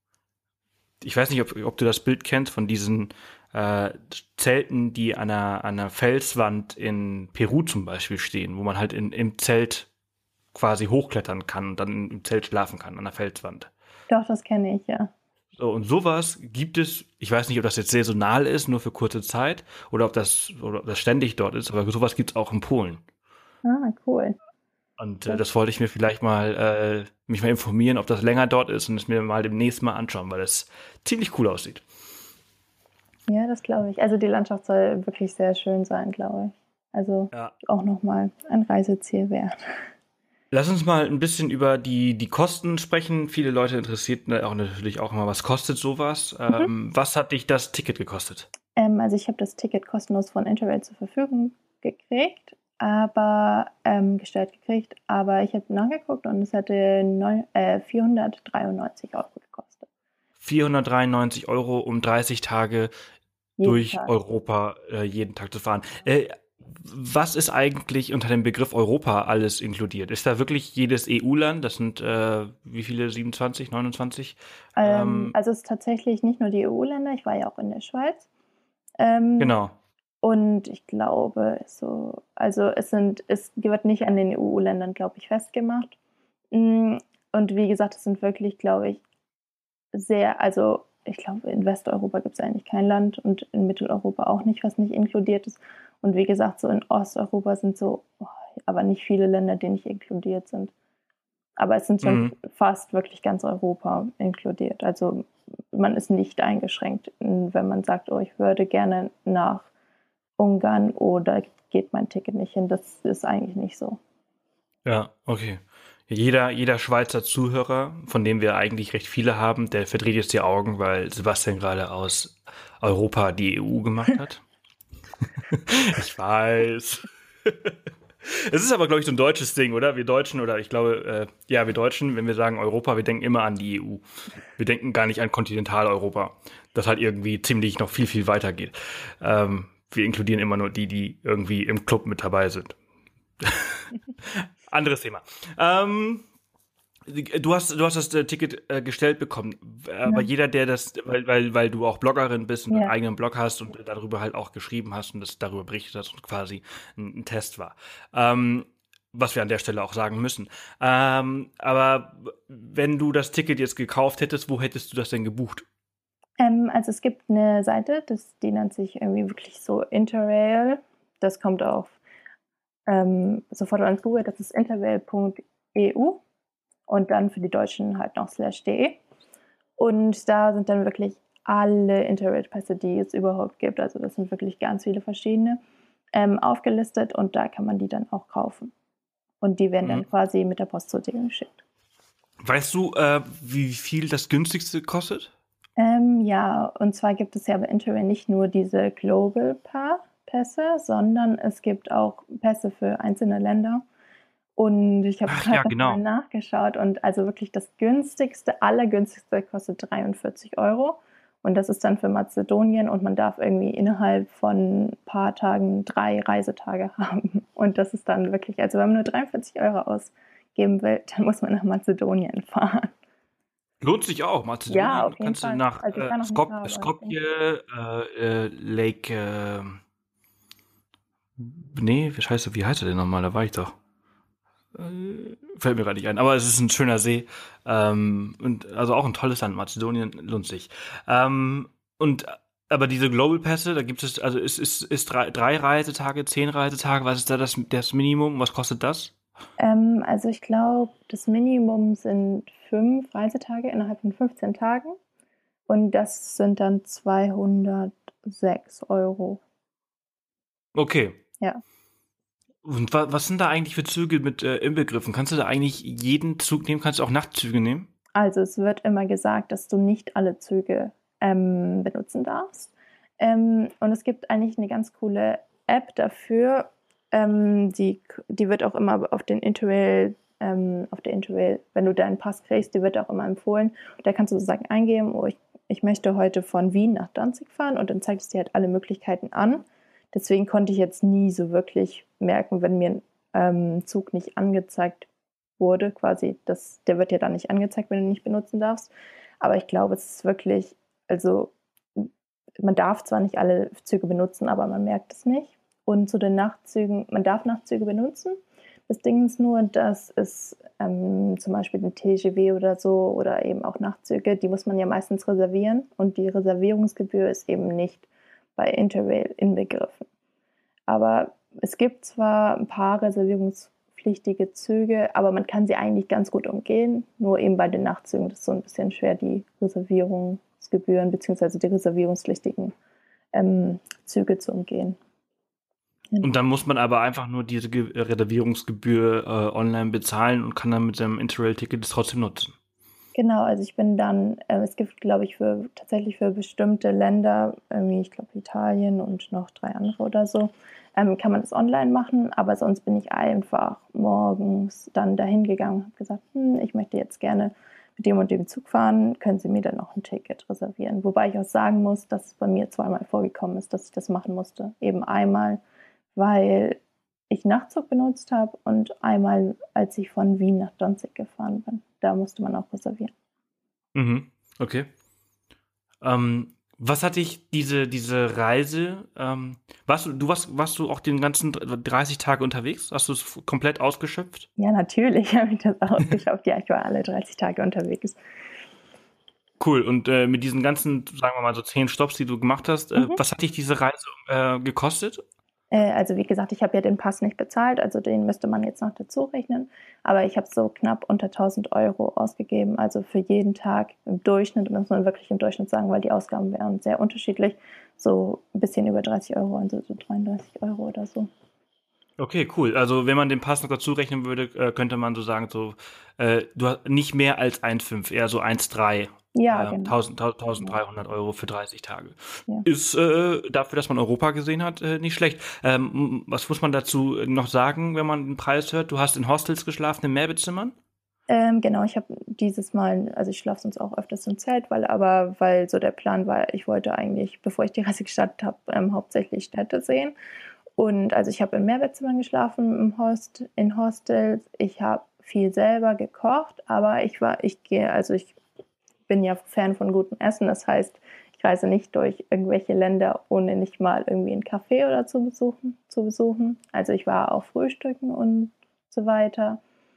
ich weiß nicht, ob, ob du das Bild kennst von diesen äh, Zelten, die an einer, an einer Felswand in Peru zum Beispiel stehen, wo man halt in, im Zelt quasi hochklettern kann und dann im Zelt schlafen kann, an der Felswand. Doch, das kenne ich, ja. So, und sowas gibt es, ich weiß nicht, ob das jetzt saisonal ist, nur für kurze Zeit, oder ob das, oder ob das ständig dort ist, aber sowas gibt es auch in Polen. Ah, cool. Und äh, das wollte ich mir vielleicht mal, äh, mich mal informieren, ob das länger dort ist und es mir mal demnächst mal anschauen, weil das ziemlich cool aussieht. Ja, das glaube ich. Also die Landschaft soll wirklich sehr schön sein, glaube ich. Also Ja. auch nochmal ein Reiseziel wert. Lass uns mal ein bisschen über die, die Kosten sprechen. Viele Leute interessiert ne, auch natürlich auch immer, was kostet sowas? Mhm. Ähm, was hat dich das Ticket gekostet? Ähm, also ich habe das Ticket kostenlos von Interrail zur Verfügung gekriegt, aber ähm, gestellt gekriegt, aber ich habe nachgeguckt und es hätte neun, äh, vierhundertdreiundneunzig Euro gekostet. vierhundertdreiundneunzig Euro, um dreißig Tage jeden durch Tag. Europa äh, jeden Tag zu fahren. Äh, Was ist eigentlich unter dem Begriff Europa alles inkludiert? Ist da wirklich jedes E U-Land? Das sind äh, wie viele? siebenundzwanzig, neunundzwanzig? Ähm, ähm, also es ist tatsächlich nicht nur die E U-Länder. Ich war ja auch in der Schweiz. Ähm, genau. Und ich glaube, so, also es sind, es wird nicht an den E U-Ländern, glaube ich, festgemacht. Und wie gesagt, es sind wirklich, glaube ich, sehr, also ich glaube, in Westeuropa gibt es eigentlich kein Land und in Mitteleuropa auch nicht, was nicht inkludiert ist. Und wie gesagt, so in Osteuropa sind so, oh, aber nicht viele Länder, die nicht inkludiert sind. Aber es sind schon mhm. fast wirklich ganz Europa inkludiert. Also man ist nicht eingeschränkt, wenn man sagt, oh, ich würde gerne nach Ungarn oder geht mein Ticket nicht hin. Das ist eigentlich nicht so. Ja, okay. Jeder, jeder Schweizer Zuhörer, von dem wir eigentlich recht viele haben, der verdreht jetzt die Augen, weil Sebastian gerade aus Europa die E U gemacht hat. Ich weiß. Es ist aber, glaube ich, so ein deutsches Ding, oder? Wir Deutschen, oder ich glaube, äh, ja, wir Deutschen, wenn wir sagen Europa, wir denken immer an die E U. Wir denken gar nicht an Kontinentaleuropa, das halt irgendwie ziemlich noch viel, viel weiter geht. Ähm, wir inkludieren immer nur die, die irgendwie im Club mit dabei sind. Anderes Thema. Ähm, Du hast, du hast das äh, Ticket äh, gestellt bekommen, aber Ja. jeder, der das, weil, weil, weil du auch Bloggerin bist und Ja. einen eigenen Blog hast und darüber halt auch geschrieben hast und das darüber berichtet hast und quasi ein, ein Test war. Ähm, was wir an der Stelle auch sagen müssen. Ähm, aber wenn du das Ticket jetzt gekauft hättest, wo hättest du das denn gebucht? Ähm, also es gibt eine Seite, das, die nennt sich irgendwie wirklich so Interrail. Das kommt auf ähm, sofort ans Google, das ist interrail punkt e u und dann für die Deutschen halt noch slash de. Und da sind dann wirklich alle Interrail-Pässe, die es überhaupt gibt, also das sind wirklich ganz viele verschiedene, ähm, aufgelistet und da kann man die dann auch kaufen. Und die werden Mhm. dann quasi mit der Post zur Ding geschickt. Weißt du, äh, wie viel das günstigste kostet? Ähm, ja, und zwar gibt es ja bei Interrail nicht nur diese Global Pässe, sondern es gibt auch Pässe für einzelne Länder. Und ich habe Ach gerade ja, noch genau. mal nachgeschaut und also wirklich das günstigste, allergünstigste kostet dreiundvierzig Euro. Und das ist dann für Mazedonien und man darf irgendwie innerhalb von ein paar Tagen drei Reisetage haben. Und das ist dann wirklich, also wenn man nur dreiundvierzig Euro ausgeben will, dann muss man nach Mazedonien fahren. Lohnt sich auch. Mazedonien Ja, auf jeden kannst Fall. du nach Also ich äh, war noch nicht da, Skop aber Skopje, äh, äh, Lake, äh, nee, wie heißt, wie heißt er denn nochmal? Da war ich doch. Äh, fällt mir gerade nicht ein, aber es ist ein schöner See. Ähm, und also auch ein tolles Land. Mazedonien lohnt sich. Ähm, und aber diese Global Pässe, da gibt es, also ist, ist, ist drei, drei Reisetage, zehn Reisetage, was ist da das, das Minimum? Was kostet das? Ähm, also ich glaube, das Minimum sind fünf Reisetage innerhalb von fünfzehn Tagen und das sind dann zweihundertsechs Euro. Okay. Ja. Und wa was sind da eigentlich für Züge mit äh, inbegriffen? Kannst du da eigentlich jeden Zug nehmen? Kannst du auch Nachtzüge nehmen? Also es wird immer gesagt, dass du nicht alle Züge ähm, benutzen darfst. Ähm, und es gibt eigentlich eine ganz coole App dafür. Ähm, die, die wird auch immer auf den Interrail, ähm, auf der Interrail, wenn du deinen Pass kriegst, die wird auch immer empfohlen. Da kannst du sozusagen eingeben, oh, ich, ich möchte heute von Wien nach Danzig fahren und dann zeigt es dir halt alle Möglichkeiten an. Deswegen konnte ich jetzt nie so wirklich merken, wenn mir ein ähm, Zug nicht angezeigt wurde, quasi, das, der wird ja dann nicht angezeigt, wenn du ihn nicht benutzen darfst. Aber ich glaube, es ist wirklich, also man darf zwar nicht alle Züge benutzen, aber man merkt es nicht. Und zu den Nachtzügen, man darf Nachtzüge benutzen. Das Ding ist nur, dass es ähm, zum Beispiel den T G V oder so oder eben auch Nachtzüge, die muss man ja meistens reservieren und die Reservierungsgebühr ist eben nicht bei Interrail inbegriffen. Aber es gibt zwar ein paar reservierungspflichtige Züge, aber man kann sie eigentlich ganz gut umgehen. Nur eben bei den Nachtzügen ist es so ein bisschen schwer, die Reservierungsgebühren bzw. die reservierungspflichtigen ähm, Züge zu umgehen. Und dann muss man aber einfach nur diese Ge Reservierungsgebühr äh, online bezahlen und kann dann mit seinem Interrail-Ticket es trotzdem nutzen. Genau, also ich bin dann, äh, es gibt, glaube ich, für tatsächlich für bestimmte Länder, irgendwie, ich glaube Italien und noch drei andere oder so, ähm, kann man das online machen, aber sonst bin ich einfach morgens dann dahin gegangen und habe gesagt, hm, ich möchte jetzt gerne mit dem und dem Zug fahren, können Sie mir dann noch ein Ticket reservieren? Wobei ich auch sagen muss, dass es bei mir zweimal vorgekommen ist, dass ich das machen musste. Eben einmal, weil ich Nachtzug benutzt habe und einmal, als ich von Wien nach Danzig gefahren bin. Da musste man auch reservieren. Mhm, okay. Ähm, was hat dich diese, diese Reise, ähm, warst du, du warst, warst du auch den ganzen dreißig Tage unterwegs? Hast du es komplett ausgeschöpft? Ja, natürlich habe ich das ausgeschöpft. Ja, ich war alle dreißig Tage unterwegs. Cool. Und äh, mit diesen ganzen, sagen wir mal so zehn Stops, die du gemacht hast, äh, Mhm. was hat dich diese Reise äh, gekostet? Also wie gesagt, ich habe ja den Pass nicht bezahlt, also den müsste man jetzt noch dazu rechnen. Aber ich habe so knapp unter tausend Euro ausgegeben, also für jeden Tag im Durchschnitt, muss man wirklich im Durchschnitt sagen, weil die Ausgaben wären sehr unterschiedlich, so ein bisschen über dreißig Euro, also so dreiunddreißig Euro oder so. Okay, cool. Also wenn man den Pass noch dazu rechnen würde, äh, könnte man so sagen, so äh, du hast nicht mehr als eins Komma fünf, eher so eins Komma drei. Ja, äh, genau. eintausenddreihundert Euro für dreißig Tage. Ja. Ist äh, dafür, dass man Europa gesehen hat, äh, nicht schlecht. Ähm, was muss man dazu noch sagen, wenn man den Preis hört? Du hast in Hostels geschlafen, in Mehrbettzimmern? Ähm, genau, ich habe dieses Mal, also ich schlafe sonst auch öfters im Zelt, weil aber, weil so der Plan war, ich wollte eigentlich, bevor ich die Reise gestartet habe, ähm, hauptsächlich Städte sehen. Und also ich habe in Mehrbettzimmern geschlafen, im Host, in Hostels. Ich habe viel selber gekocht, aber ich war, ich gehe, also ich bin ja Fan von gutem Essen, das heißt, ich reise nicht durch irgendwelche Länder, ohne nicht mal irgendwie ein Café oder zu besuchen, zu besuchen. Also ich war auch frühstücken und so weiter.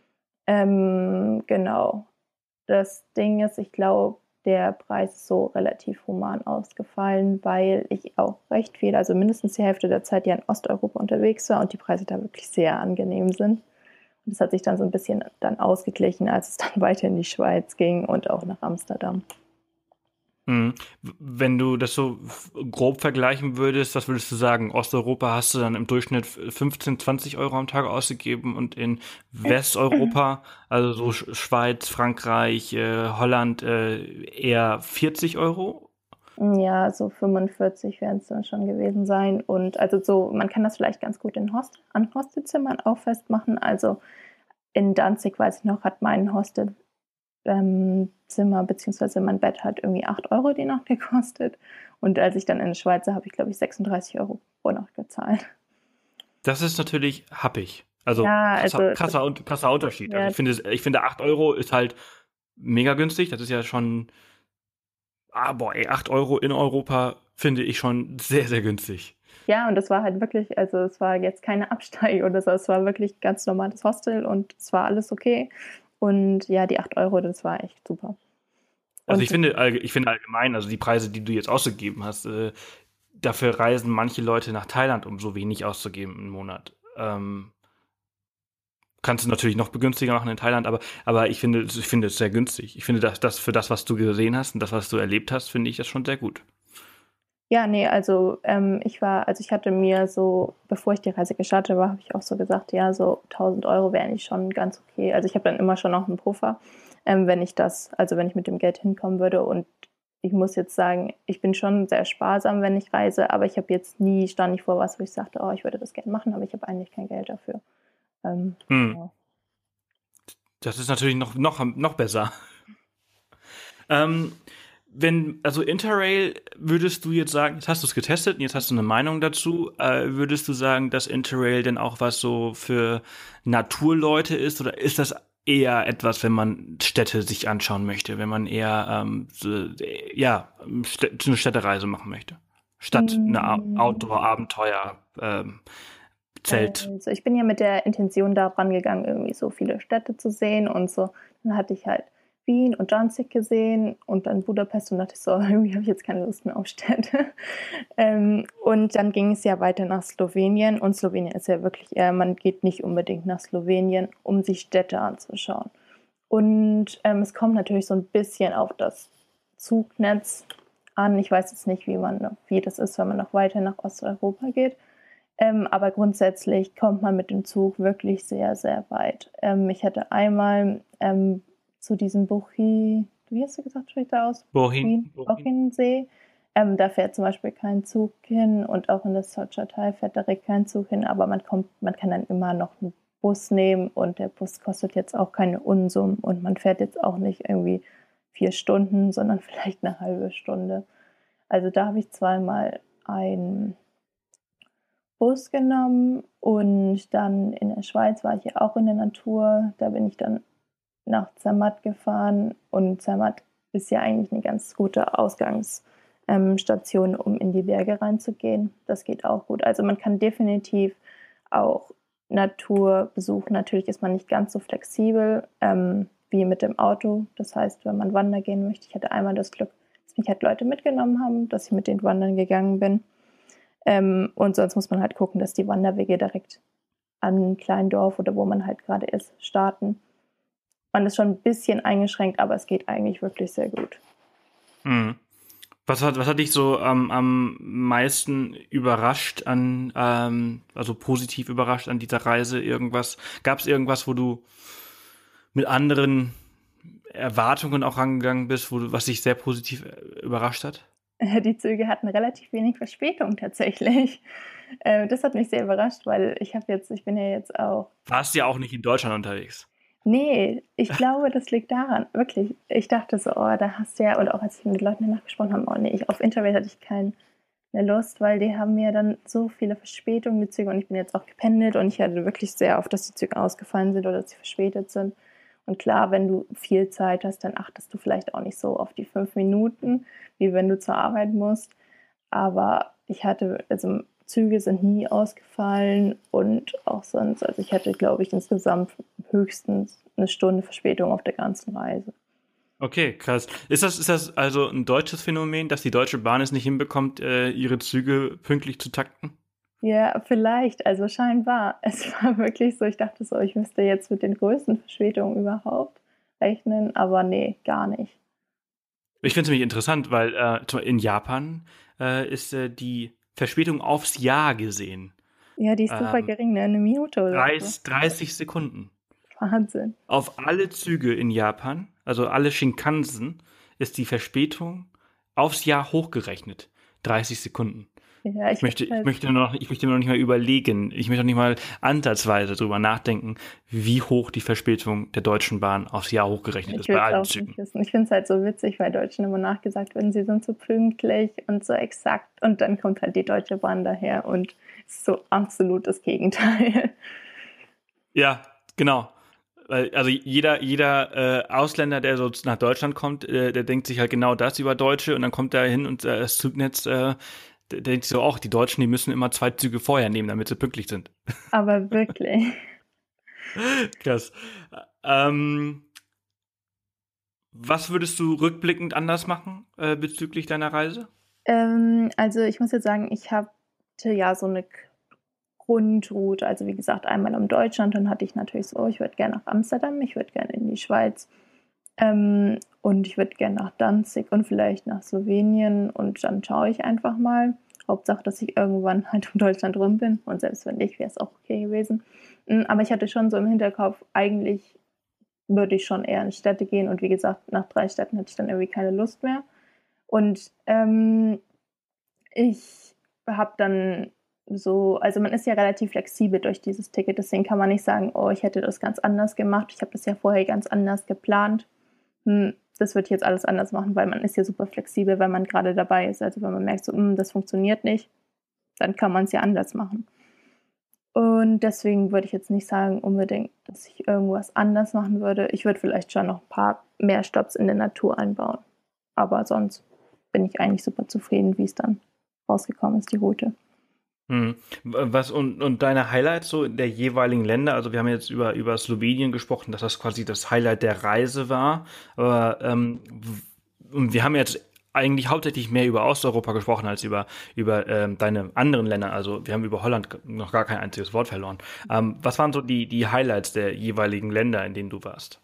Ähm, genau. Das Ding ist, ich glaube, der Preis ist so relativ human ausgefallen, weil ich auch recht viel, also mindestens die Hälfte der Zeit ja in Osteuropa unterwegs war und die Preise da wirklich sehr angenehm sind. Und das hat sich dann so ein bisschen dann ausgeglichen, als es dann weiter in die Schweiz ging und auch nach Amsterdam. Mhm. Wenn du das so grob vergleichen würdest, was würdest du sagen? Osteuropa hast du dann im Durchschnitt fünfzehn, zwanzig Euro am Tag ausgegeben und in Westeuropa, also so Schweiz, Frankreich, äh, Holland, äh, eher vierzig Euro? Ja, so fünfundvierzig werden es dann schon gewesen sein. Und also so, man kann das vielleicht ganz gut in Host, an Hostelzimmern auch festmachen. Also in Danzig, weiß ich noch, hat mein Hostel ähm, Zimmer beziehungsweise mein Bett hat irgendwie acht Euro die Nacht gekostet. Und als ich dann in der Schweiz war, habe ich, glaube ich, sechsunddreißig Euro pro Nacht gezahlt. Das ist natürlich happig. Also, ja, krasser, also krasser, krasser Unterschied. Ja. Also ich finde, ich finde, acht Euro ist halt mega günstig. Das ist ja schon, ah, boah, ey, acht Euro in Europa finde ich schon sehr, sehr günstig. Ja, und das war halt wirklich, also es war jetzt keine Absteige oder so, es war wirklich ganz normales Hostel und es war alles okay. Und ja, die acht Euro, das war echt super. Und also ich finde, ich finde allgemein, also die Preise, die du jetzt ausgegeben hast, äh, dafür reisen manche Leute nach Thailand, um so wenig auszugeben im Monat. Ähm, kannst du natürlich noch begünstiger machen in Thailand, aber, aber ich finde, ich finde es sehr günstig. Ich finde, dass das für das, was du gesehen hast und das, was du erlebt hast, finde ich das schon sehr gut. Ja, nee, also ähm, ich war, also ich hatte mir so, bevor ich die Reise gestartet war, habe ich auch so gesagt, ja, so tausend Euro wäre eigentlich schon ganz okay. Also ich habe dann immer schon noch einen Puffer, ähm, wenn ich das, also wenn ich mit dem Geld hinkommen würde. Und ich muss jetzt sagen, ich bin schon sehr sparsam, wenn ich reise, aber ich habe jetzt nie, stand nicht vor was, wo ich sagte, oh, ich würde das gerne machen, aber ich habe eigentlich kein Geld dafür. Ähm, hm. ja. Das ist natürlich noch, noch, noch besser. ähm, Wenn, also Interrail, würdest du jetzt sagen, jetzt hast du es getestet und jetzt hast du eine Meinung dazu, äh, würdest du sagen, dass Interrail denn auch was so für Naturleute ist oder ist das eher etwas, wenn man Städte sich anschauen möchte, wenn man eher ähm, so, ja, Städ- eine Städtereise machen möchte, statt Mm. eine Outdoor-Abenteuer ähm, Zelt? Also ich bin ja mit der Intention da rangegangen, irgendwie so viele Städte zu sehen und so. Dann hatte ich halt Wien und Danzig gesehen und dann Budapest und dachte ich so, irgendwie habe ich jetzt keine Lust mehr auf Städte. ähm, und dann ging es ja weiter nach Slowenien und Slowenien ist ja wirklich eher, man geht nicht unbedingt nach Slowenien, um sich Städte anzuschauen. Und ähm, es kommt natürlich so ein bisschen auf das Zugnetz an. Ich weiß jetzt nicht, wie, man, wie das ist, wenn man noch weiter nach Osteuropa geht. Ähm, aber grundsätzlich kommt man mit dem Zug wirklich sehr, sehr weit. Ähm, ich hatte einmal ähm, zu diesem Bochi, wie hast du gesagt, spricht da aus? Bohin. Bochinsee. Ähm, da fährt zum Beispiel kein Zug hin und auch in das Tschatschatay fährt direkt kein Zug hin, aber man kommt, man kann dann immer noch einen Bus nehmen und der Bus kostet jetzt auch keine Unsummen und man fährt jetzt auch nicht irgendwie vier Stunden, sondern vielleicht eine halbe Stunde. Also da habe ich zweimal einen Bus genommen und dann in der Schweiz war ich ja auch in der Natur. Da bin ich dann nach Zermatt gefahren und Zermatt ist ja eigentlich eine ganz gute Ausgangsstation, ähm, um in die Berge reinzugehen. Das geht auch gut. Also man kann definitiv auch Natur besuchen. Natürlich ist man nicht ganz so flexibel ähm, wie mit dem Auto. Das heißt, wenn man wandern gehen möchte, ich hatte einmal das Glück, dass mich halt Leute mitgenommen haben, dass ich mit denen wandern gegangen bin. Ähm, und sonst muss man halt gucken, dass die Wanderwege direkt an einem kleinen Dorf oder wo man halt gerade ist, starten. Man ist schon ein bisschen eingeschränkt, aber es geht eigentlich wirklich sehr gut. Mhm. Was hat, was hat dich so ähm, am meisten überrascht an, ähm, also positiv überrascht an dieser Reise? Irgendwas? Gab es irgendwas, wo du mit anderen Erwartungen auch rangegangen bist, wo du, was dich sehr positiv überrascht hat? Die Züge hatten relativ wenig Verspätung tatsächlich. Das hat mich sehr überrascht, weil ich habe jetzt, ich bin ja jetzt auch. Warst ja auch nicht in Deutschland unterwegs. Nee, ich glaube, das liegt daran, wirklich. Ich dachte so, oh, da hast du ja, und auch als ich mit den Leuten danach gesprochen habe, oh nee, ich, auf Interrail hatte ich kein eine Lust, weil die haben mir dann so viele Verspätungen, die Züge, und ich bin jetzt auch gependelt und ich hatte wirklich sehr oft, dass die Züge ausgefallen sind oder dass sie verspätet sind. Und klar, wenn du viel Zeit hast, dann achtest du vielleicht auch nicht so auf die fünf Minuten, wie wenn du zur Arbeit musst. Aber ich hatte, also Züge sind nie ausgefallen und auch sonst, also ich hatte, glaube ich, insgesamt höchstens eine Stunde Verspätung auf der ganzen Reise. Okay, krass. Ist das, ist das also ein deutsches Phänomen, dass die Deutsche Bahn es nicht hinbekommt, äh, ihre Züge pünktlich zu takten? Ja, vielleicht, also scheinbar. Es war wirklich so, ich dachte so, ich müsste jetzt mit den größten Verspätungen überhaupt rechnen, aber nee, gar nicht. Ich finde es nämlich interessant, weil äh, in Japan äh, ist äh, die Verspätung aufs Jahr gesehen. Ja, die ist super Ähm, gering, ne? Eine Minute oder so. dreißig, dreißig Sekunden. Wahnsinn. Auf alle Züge in Japan, also alle Shinkansen, ist die Verspätung aufs Jahr hochgerechnet. dreißig Sekunden. Ja, ich, Ich möchte, halt, ich möchte noch, ich möchte mir noch nicht mal überlegen, ich möchte noch nicht mal ansatzweise drüber nachdenken, wie hoch die Verspätung der Deutschen Bahn aufs Jahr hochgerechnet ich ist bei will es allen auch Zügen. nicht wissen. Ich finde es halt so witzig, weil Deutschen immer nachgesagt werden, sie sind so pünktlich und so exakt, und dann kommt halt die Deutsche Bahn daher und ist so absolut das Gegenteil. Ja, genau. Weil, also jeder, jeder äh, Ausländer, der so nach Deutschland kommt, äh, der denkt sich halt genau das über Deutsche und dann kommt er hin und äh, das Zugnetz, äh, der denkt sich so, auch die Deutschen, die müssen immer zwei Züge vorher nehmen, damit sie pünktlich sind. Aber wirklich. Krass. Ähm, was würdest du rückblickend anders machen äh, bezüglich deiner Reise? Ähm, also ich muss jetzt sagen, ich hatte ja so eine Grundroute, also wie gesagt, einmal um Deutschland, dann hatte ich natürlich so, ich würde gerne nach Amsterdam, ich würde gerne in die Schweiz ähm, und ich würde gerne nach Danzig und vielleicht nach Slowenien, und dann schaue ich einfach mal. Hauptsache, dass ich irgendwann halt um Deutschland rum bin, und selbst wenn nicht, wäre es auch okay gewesen. Aber ich hatte schon so im Hinterkopf, eigentlich würde ich schon eher in Städte gehen, und wie gesagt, nach drei Städten hatte ich dann irgendwie keine Lust mehr. Und ähm, ich habe dann so, also man ist ja relativ flexibel durch dieses Ticket, deswegen kann man nicht sagen, oh, ich hätte das ganz anders gemacht, ich habe das ja vorher ganz anders geplant. Hm, das würde ich jetzt alles anders machen, weil man ist ja super flexibel, wenn man gerade dabei ist. Also wenn man merkt, so, hm, das funktioniert nicht, dann kann man es ja anders machen. Und deswegen würde ich jetzt nicht sagen unbedingt, dass ich irgendwas anders machen würde. Ich würde vielleicht schon noch ein paar mehr Stopps in der Natur einbauen. Aber sonst bin ich eigentlich super zufrieden, wie es dann rausgekommen ist, die Route. Hm. Was und, und deine Highlights so in der jeweiligen Länder? Also wir haben jetzt über, über Slowenien gesprochen, dass das quasi das Highlight der Reise war. Aber ähm, wir haben jetzt eigentlich hauptsächlich mehr über Osteuropa gesprochen als über, über ähm, deine anderen Länder. Also wir haben über Holland noch gar kein einziges Wort verloren. Ähm, was waren so die, die Highlights der jeweiligen Länder, in denen du warst?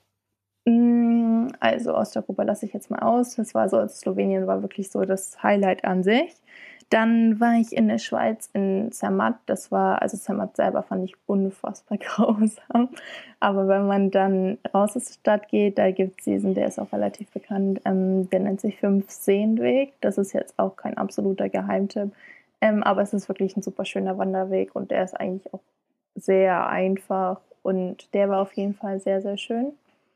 Also Osteuropa lasse ich jetzt mal aus. Das war so, Slowenien war wirklich so das Highlight an sich. Dann war ich in der Schweiz in Zermatt. Das war, also Zermatt selber fand ich unfassbar grausam. Aber wenn man dann raus aus der Stadt geht, da gibt es diesen, der ist auch relativ bekannt, ähm, der nennt sich Fünf-Seen-Weg. Das ist jetzt auch kein absoluter Geheimtipp. Ähm, aber es ist wirklich ein super schöner Wanderweg, und der ist eigentlich auch sehr einfach, und der war auf jeden Fall sehr, sehr schön.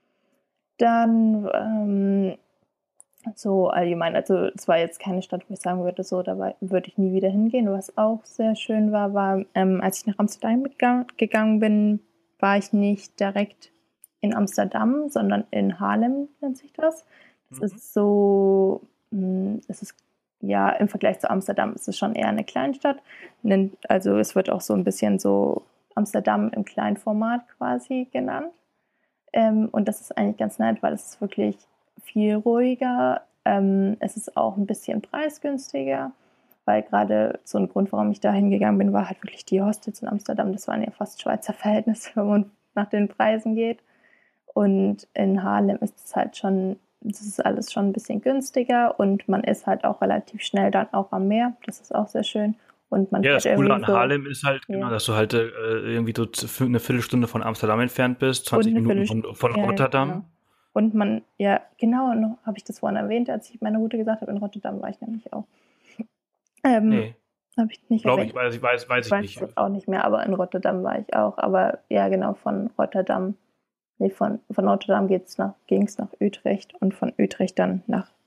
Dann ähm, so allgemein, also es war jetzt keine Stadt, wo ich sagen würde, so, da war, würde ich nie wieder hingehen. Was auch sehr schön war, war, ähm, als ich nach Amsterdam gegangen, gegangen bin, war ich nicht direkt in Amsterdam, sondern in Haarlem, nennt sich das. Das mhm. ist so, mh, es ist, ja, im Vergleich zu Amsterdam ist es schon eher eine Kleinstadt. Also es wird auch so ein bisschen so Amsterdam im Kleinformat quasi genannt. Ähm, und das ist eigentlich ganz nett, weil es ist wirklich viel ruhiger. Ähm, es ist auch ein bisschen preisgünstiger, weil gerade so ein Grund, warum ich da hingegangen bin, war halt wirklich die Hostels in Amsterdam. Das waren ja fast Schweizer Verhältnisse, wenn man nach den Preisen geht. Und in Haarlem ist es halt schon, das ist alles schon ein bisschen günstiger, und man ist halt auch relativ schnell dann auch am Meer. Das ist auch sehr schön. Und man ja, das Coole an so, Haarlem ist halt, ja. genau, dass du halt äh, irgendwie so eine Viertelstunde von Amsterdam entfernt bist, zwanzig Minuten von, von ja, Rotterdam. Genau. Und man, ja, genau, noch habe ich das vorhin erwähnt, als ich meine Route gesagt habe, in Rotterdam war ich nämlich auch. Ähm, nee. Habe ich nicht Glaube ich, weiß ich, weiß, weiß ich, weiß nicht. Ich auch nicht mehr, aber in Rotterdam war ich auch. Aber ja, genau, von Rotterdam, nee, von, von Rotterdam geht's nach, ging es nach Utrecht und von Utrecht dann nach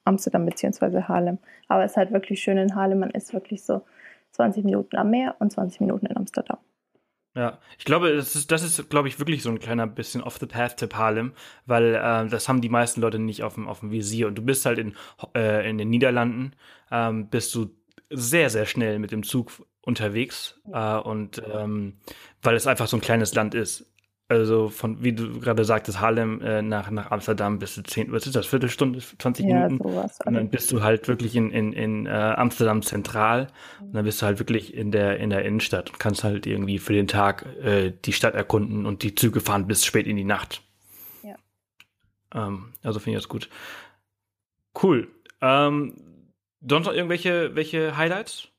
Amsterdam beziehungsweise Haarlem. Aber es ist halt wirklich schön in Haarlem. Man ist wirklich so zwanzig Minuten am Meer und zwanzig Minuten in Amsterdam. Ja, ich glaube, das ist, das ist, glaube ich, wirklich so ein kleiner bisschen off the path Tipp Haarlem, weil äh, das haben die meisten Leute nicht auf dem, auf dem Visier. Und du bist halt in, äh, in den Niederlanden, ähm, bist du sehr, sehr schnell mit dem Zug unterwegs äh, und ähm, weil es einfach so ein kleines Land ist. Also von, wie du gerade sagtest, Haarlem äh, nach, nach Amsterdam bist du zehn, was ist das, Viertelstunde, zwanzig Ja, Minuten? sowas. Und dann bist du halt wirklich in, in, in äh, Amsterdam zentral und dann bist du halt wirklich in der, in der Innenstadt und kannst halt irgendwie für den Tag äh, die Stadt erkunden und die Züge fahren bis spät in die Nacht. Ja. Ähm, also finde ich das gut. Cool. Ähm, sonst noch irgendwelche welche Highlights?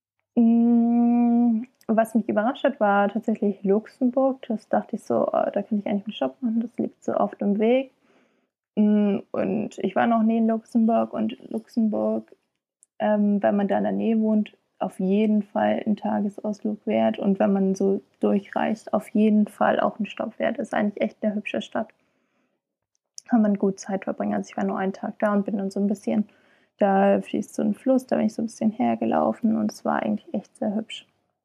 Was mich überrascht hat, war tatsächlich Luxemburg. Das dachte ich so, oh, da kann ich eigentlich einen Stopp machen, das liegt so auf dem Weg. Und ich war noch nie in Luxemburg und Luxemburg, ähm, wenn man da in der Nähe wohnt, auf jeden Fall ein Tagesausflug wert und wenn man so durchreist, auf jeden Fall auch ein Stopp wert. Ist eigentlich echt eine hübsche Stadt. Kann man gut Zeit verbringen. Also ich war nur einen Tag da und bin dann so ein bisschen, da fließt so ein Fluss, da bin ich so ein bisschen hergelaufen und es war eigentlich echt sehr hübsch.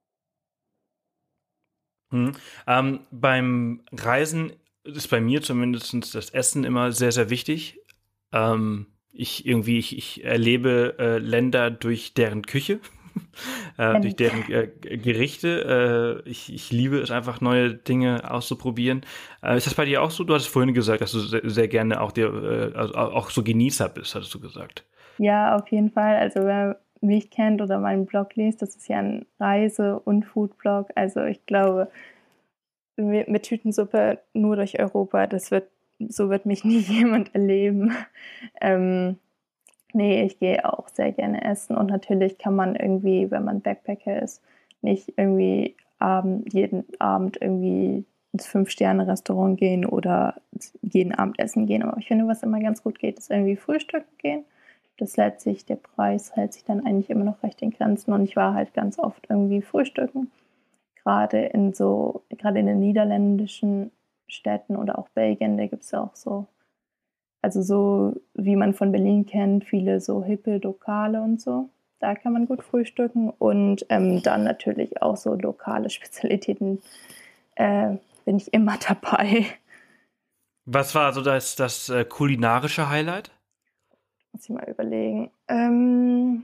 Hm. Ähm, beim Reisen ist bei mir zumindest das Essen immer sehr, sehr wichtig. Ähm, ich irgendwie, ich, ich erlebe äh, Länder durch deren Küche, äh, durch deren äh, Gerichte. Äh, ich, ich liebe es einfach, neue Dinge auszuprobieren. Äh, ist das bei dir auch so? Du hattest vorhin gesagt, dass du sehr, sehr gerne auch dir, äh, also auch so Genießer bist, hattest du gesagt. Ja, auf jeden Fall. Also wer mich kennt oder meinen Blog liest, das ist ja ein Reise- und Food-Blog. Also ich glaube, mit Tütensuppe nur durch Europa, das wird, so wird mich nie jemand erleben. Ähm, nee, ich gehe auch sehr gerne essen und natürlich kann man irgendwie, wenn man Backpacker ist, nicht irgendwie Abend, jeden Abend irgendwie ins Fünf-Sterne-Restaurant gehen oder jeden Abend essen gehen. Aber ich finde, was immer ganz gut geht, ist irgendwie frühstücken gehen. Das lässt sich, der Preis hält sich dann eigentlich immer noch recht in Grenzen und ich war halt ganz oft irgendwie frühstücken. Gerade in so, gerade in den niederländischen Städten oder auch Belgien, da gibt es ja auch so, also so wie man von Berlin kennt, viele so hippe Lokale und so. Da kann man gut frühstücken und ähm, dann natürlich auch so lokale Spezialitäten äh, bin ich immer dabei. Was war so das, das äh, kulinarische Highlight? Muss ich mal überlegen. Ähm,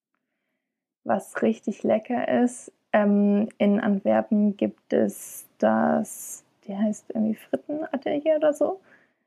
was richtig lecker ist, ähm, in Antwerpen gibt es das, die heißt irgendwie Frittenatelier oder so.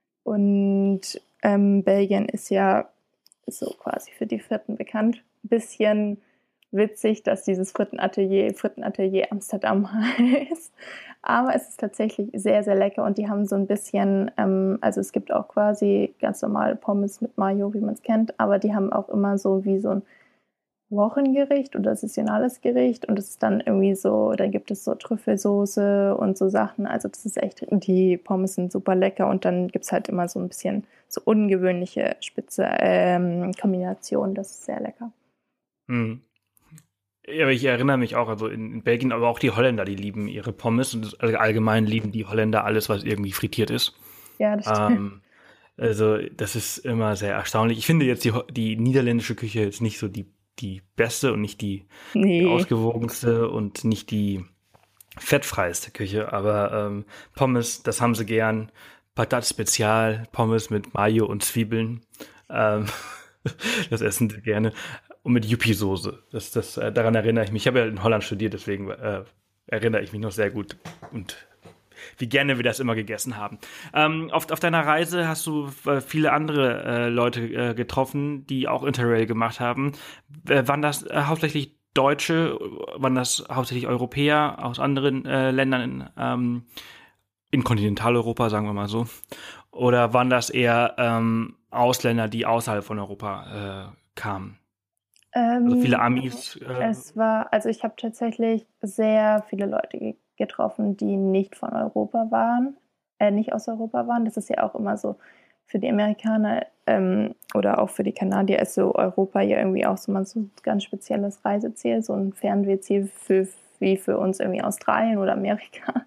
Und ähm, Belgien ist ja so quasi für die Fritten bekannt. Ein bisschen witzig, dass dieses Frittenatelier Frittenatelier Amsterdam heißt. Aber es ist tatsächlich sehr, sehr lecker und die haben so ein bisschen, ähm, also es gibt auch quasi ganz normal Pommes mit Mayo, wie man es kennt, aber die haben auch immer so wie so ein Wochengericht oder saisonales Gericht und es ist dann irgendwie so, dann gibt es so Trüffelsoße und so Sachen, also das ist echt, die Pommes sind super lecker und dann gibt es halt immer so ein bisschen so ungewöhnliche Spitze ähm, Kombinationen, das ist sehr lecker. Hm. Ja, aber ich erinnere mich auch, also in, in Belgien, aber auch die Holländer, die lieben ihre Pommes und also allgemein lieben die Holländer alles, was irgendwie frittiert ist. Ja, das stimmt. Ähm, also das ist immer sehr erstaunlich. Ich finde jetzt die, die niederländische Küche ist nicht so die, die beste und nicht die, Nee. die ausgewogenste und nicht die fettfreiste Küche, aber ähm, Pommes, das haben sie gern. Patat Spezial, Pommes mit Mayo und Zwiebeln. Ähm, das essen sie gerne. Und mit Yuppie-Soße. Das, das, äh, daran erinnere ich mich. Ich habe ja in Holland studiert, deswegen äh, erinnere ich mich noch sehr gut. Und wie gerne wir das immer gegessen haben. Ähm, auf, auf deiner Reise hast du äh, viele andere äh, Leute äh, getroffen, die auch Interrail gemacht haben. Äh, waren das äh, hauptsächlich Deutsche? Waren das hauptsächlich Europäer aus anderen äh, Ländern in, ähm, in Kontinentaleuropa, sagen wir mal so? Oder waren das eher ähm, Ausländer, die außerhalb von Europa äh, kamen? Ähm, Also viele Amis. Äh, es war, also ich habe tatsächlich sehr viele Leute ge- getroffen, die nicht von Europa waren, äh, nicht aus Europa waren. Das ist ja auch immer so für die Amerikaner ähm, oder auch für die Kanadier ist so Europa ja irgendwie auch so mal so ein ganz spezielles Reiseziel, so ein Fernwehziel für, wie für uns irgendwie Australien oder Amerika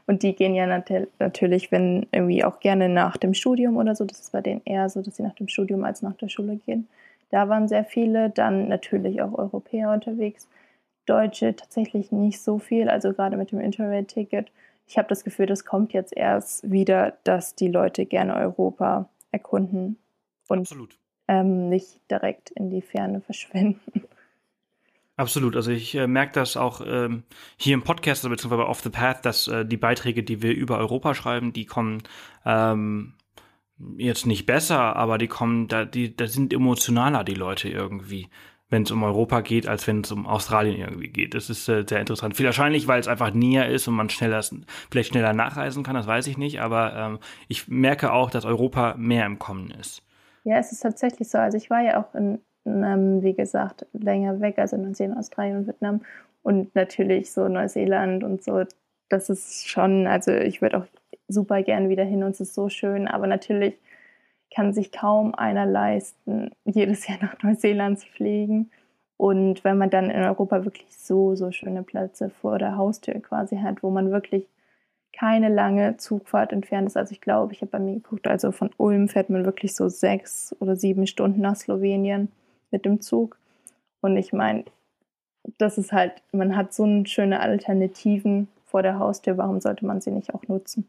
Und die gehen ja nat- natürlich, wenn irgendwie auch gerne nach dem Studium oder so, das ist bei denen eher so, dass sie nach dem Studium als nach der Schule gehen. Da waren sehr viele, dann natürlich auch Europäer unterwegs. Deutsche tatsächlich nicht so viel, also gerade mit dem Interrail-Ticket. Ich habe das Gefühl, das kommt jetzt erst wieder, dass die Leute gerne Europa erkunden und Absolut. ähm, nicht direkt in die Ferne verschwinden. Absolut. Also ich äh, merke das auch ähm, hier im Podcast, beziehungsweise bei Off the Path, dass äh, die Beiträge, die wir über Europa schreiben, die kommen ähm, jetzt nicht besser, aber die kommen, da, die, da sind emotionaler die Leute irgendwie, wenn es um Europa geht, als wenn es um Australien irgendwie geht. Das ist äh, sehr interessant. Viel wahrscheinlich, weil es einfach näher ist und man schneller, vielleicht schneller nachreisen kann, das weiß ich nicht, aber ähm, ich merke auch, dass Europa mehr im Kommen ist. Ja, es ist tatsächlich so. Also ich war ja auch in, in ähm, wie gesagt, länger weg, also Neuseeland, Australien und Vietnam und natürlich so Neuseeland und so. Das ist schon, also ich würde auch super gern wieder hin und es ist so schön, aber natürlich kann sich kaum einer leisten, jedes Jahr nach Neuseeland zu fliegen. Und wenn man dann in Europa wirklich so, so schöne Plätze vor der Haustür quasi hat, wo man wirklich keine lange Zugfahrt entfernt ist. Also ich glaube, ich habe bei mir geguckt, also von Ulm fährt man wirklich so sechs oder sieben Stunden nach Slowenien mit dem Zug. Und ich meine, das ist halt, man hat so eine schöne Alternativen vor der Haustür. Warum sollte man sie nicht auch nutzen?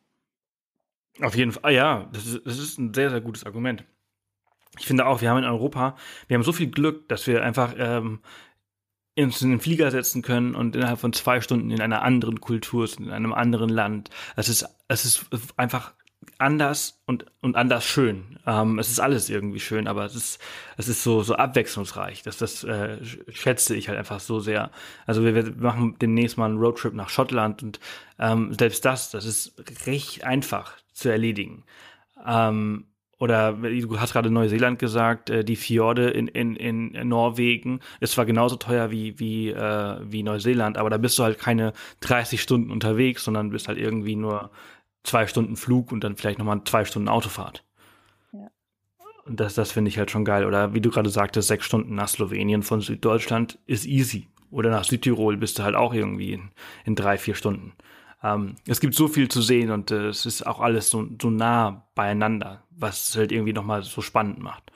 Auf jeden Fall, ah, ja, das ist, das ist ein sehr, sehr gutes Argument. Ich finde auch, wir haben in Europa, wir haben so viel Glück, dass wir einfach ähm, uns in den Flieger setzen können und innerhalb von zwei Stunden in einer anderen Kultur sind, in einem anderen Land. Es ist, es ist einfach anders und, und anders schön. Ähm, es ist alles irgendwie schön, aber es ist, es ist so, so abwechslungsreich. Das, das äh, schätze ich halt einfach so sehr. Also wir, wir machen demnächst mal einen Roadtrip nach Schottland und ähm, selbst das, das ist recht einfach zu erledigen. Ähm, Oder du hast gerade Neuseeland gesagt, äh, die Fjorde in, in, in Norwegen ist zwar genauso teuer wie, wie, äh, wie Neuseeland, aber da bist du halt keine dreißig Stunden unterwegs, sondern bist halt irgendwie nur zwei Stunden Flug und dann vielleicht nochmal zwei Stunden Autofahrt. Ja. Und das, das finde ich halt schon geil. Oder wie du gerade sagtest, sechs Stunden nach Slowenien von Süddeutschland ist easy. Oder nach Südtirol bist du halt auch irgendwie in, in drei, vier Stunden. Ähm, es gibt so viel zu sehen und äh, es ist auch alles so, so nah beieinander, was es halt irgendwie nochmal so spannend macht.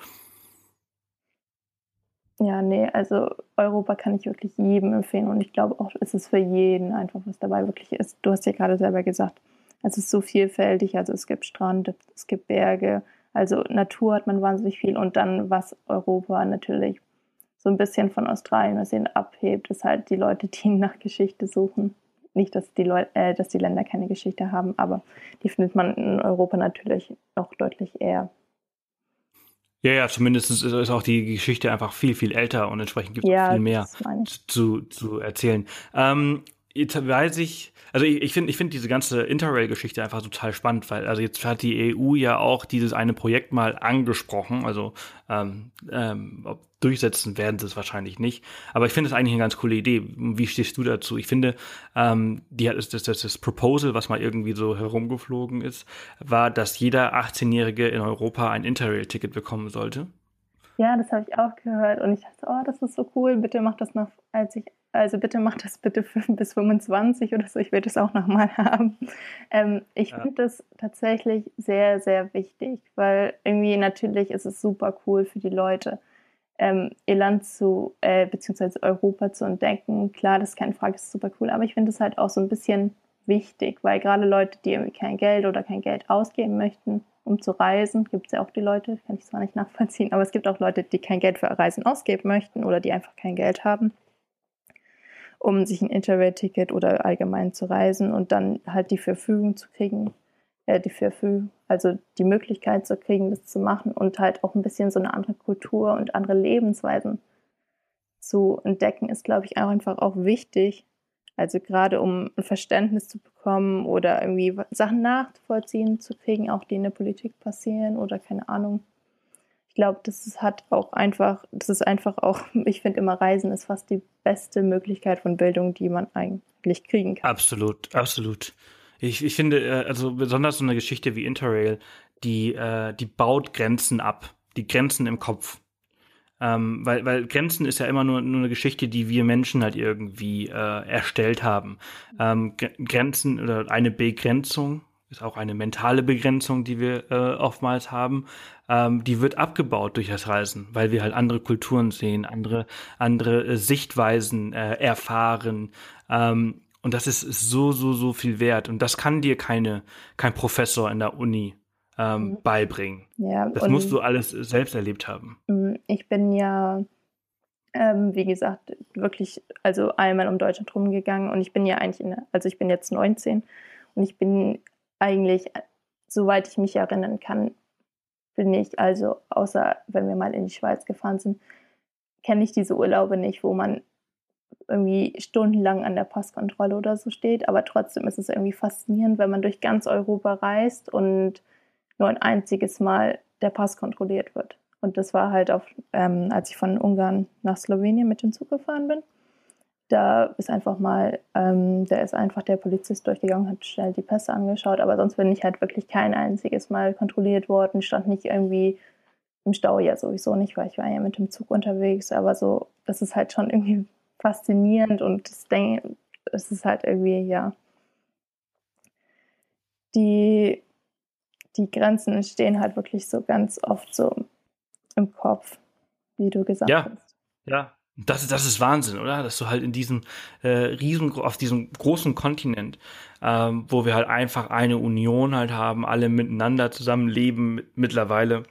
Ja, nee, also Europa kann ich wirklich jedem empfehlen und ich glaube auch, es ist für jeden einfach, was dabei wirklich ist. Du hast ja gerade selber gesagt, es ist so vielfältig, also es gibt Strand, es gibt Berge, also Natur hat man wahnsinnig viel und dann, was Europa natürlich so ein bisschen von Australien, was ihn abhebt, ist halt die Leute, die nach Geschichte suchen. Nicht, dass die Leute, äh, dass die Länder keine Geschichte haben, aber die findet man in Europa natürlich noch deutlich eher. Ja, ja, zumindest ist, ist auch die Geschichte einfach viel, viel älter und entsprechend gibt es ja, auch viel mehr zu, zu erzählen. Ähm, jetzt weiß ich, also ich, ich finde ich finde diese ganze Interrail-Geschichte einfach total spannend, weil also jetzt hat die E U ja auch dieses eine Projekt mal angesprochen, also ähm, ähm, ob durchsetzen werden sie es wahrscheinlich nicht, aber ich finde es eigentlich eine ganz coole Idee. Wie stehst du dazu? Ich finde, ähm, die hat das, das, das Proposal, was mal irgendwie so herumgeflogen ist, war, dass jeder achtzehnjährige in Europa ein Interrail-Ticket bekommen sollte. Ja, das habe ich auch gehört und ich dachte, oh, das ist so cool, bitte mach das noch, als ich, also bitte mach das bitte bis fünfundzwanzig oder so, ich will das auch nochmal haben. Ähm, ich ja. finde das tatsächlich sehr, sehr wichtig, weil irgendwie natürlich ist es super cool für die Leute, ähm, ihr Land zu, äh, beziehungsweise Europa zu entdecken. Klar, das ist keine Frage, das ist super cool, aber ich finde es halt auch so ein bisschen wichtig, weil gerade Leute, die irgendwie kein Geld oder kein Geld ausgeben möchten, um zu reisen, gibt es ja auch die Leute, kann ich zwar nicht nachvollziehen, aber es gibt auch Leute, die kein Geld für Reisen ausgeben möchten oder die einfach kein Geld haben, um sich ein Interrail-Ticket oder allgemein zu reisen und dann halt die Verfügung zu kriegen, äh, die Verfügung, also die Möglichkeit zu kriegen, das zu machen und halt auch ein bisschen so eine andere Kultur und andere Lebensweisen zu entdecken, ist, glaube ich, auch einfach auch wichtig. Also gerade um ein Verständnis zu bekommen oder irgendwie Sachen nachvollziehen zu kriegen, auch die in der Politik passieren oder keine Ahnung. Ich glaube, das ist, hat auch einfach, das ist einfach auch, ich finde immer Reisen ist fast die beste Möglichkeit von Bildung, die man eigentlich kriegen kann. Absolut, absolut. Ich, ich finde, also besonders so eine Geschichte wie Interrail, die, äh, die baut Grenzen ab, die Grenzen im Kopf. Ähm, weil, weil Grenzen ist ja immer nur, nur eine Geschichte, die wir Menschen halt irgendwie äh, erstellt haben. Ähm, Grenzen oder eine Begrenzung ist auch eine mentale Begrenzung, die wir äh, oftmals haben. Ähm, die wird abgebaut durch das Reisen, weil wir halt andere Kulturen sehen, andere andere äh, Sichtweisen äh, erfahren. Ähm, und das ist, ist so so so viel wert. Und das kann dir keine kein Professor in der Uni ähm, Mhm. beibringen. Ja, Das musst du alles selbst erlebt haben. Ich bin ja, ähm, wie gesagt, wirklich, also einmal um Deutschland rumgegangen und ich bin ja eigentlich, in, also ich bin jetzt neunzehn und ich bin eigentlich, soweit ich mich erinnern kann, bin ich, also außer wenn wir mal in die Schweiz gefahren sind, kenne ich diese Urlaube nicht, wo man irgendwie stundenlang an der Passkontrolle oder so steht, aber trotzdem ist es irgendwie faszinierend, wenn man durch ganz Europa reist und nur ein einziges Mal der Pass kontrolliert wird. Und das war halt auf, ähm, als ich von Ungarn nach Slowenien mit dem Zug gefahren bin. Da ist einfach mal, ähm, da ist einfach der Polizist durchgegangen, hat schnell die Pässe angeschaut, aber sonst bin ich halt wirklich kein einziges Mal kontrolliert worden, stand nicht irgendwie im Stau, ja sowieso nicht, weil ich war ja mit dem Zug unterwegs, aber so, das ist halt schon irgendwie faszinierend und das Ding, es ist halt irgendwie, ja, die, die Grenzen stehen halt wirklich so ganz oft so im Kopf, wie du gesagt ja, hast. Ja, das, das ist Wahnsinn, oder? Dass du halt in diesem äh, riesen, auf diesem großen Kontinent, ähm, wo wir halt einfach eine Union halt haben, alle miteinander zusammenleben mittlerweile,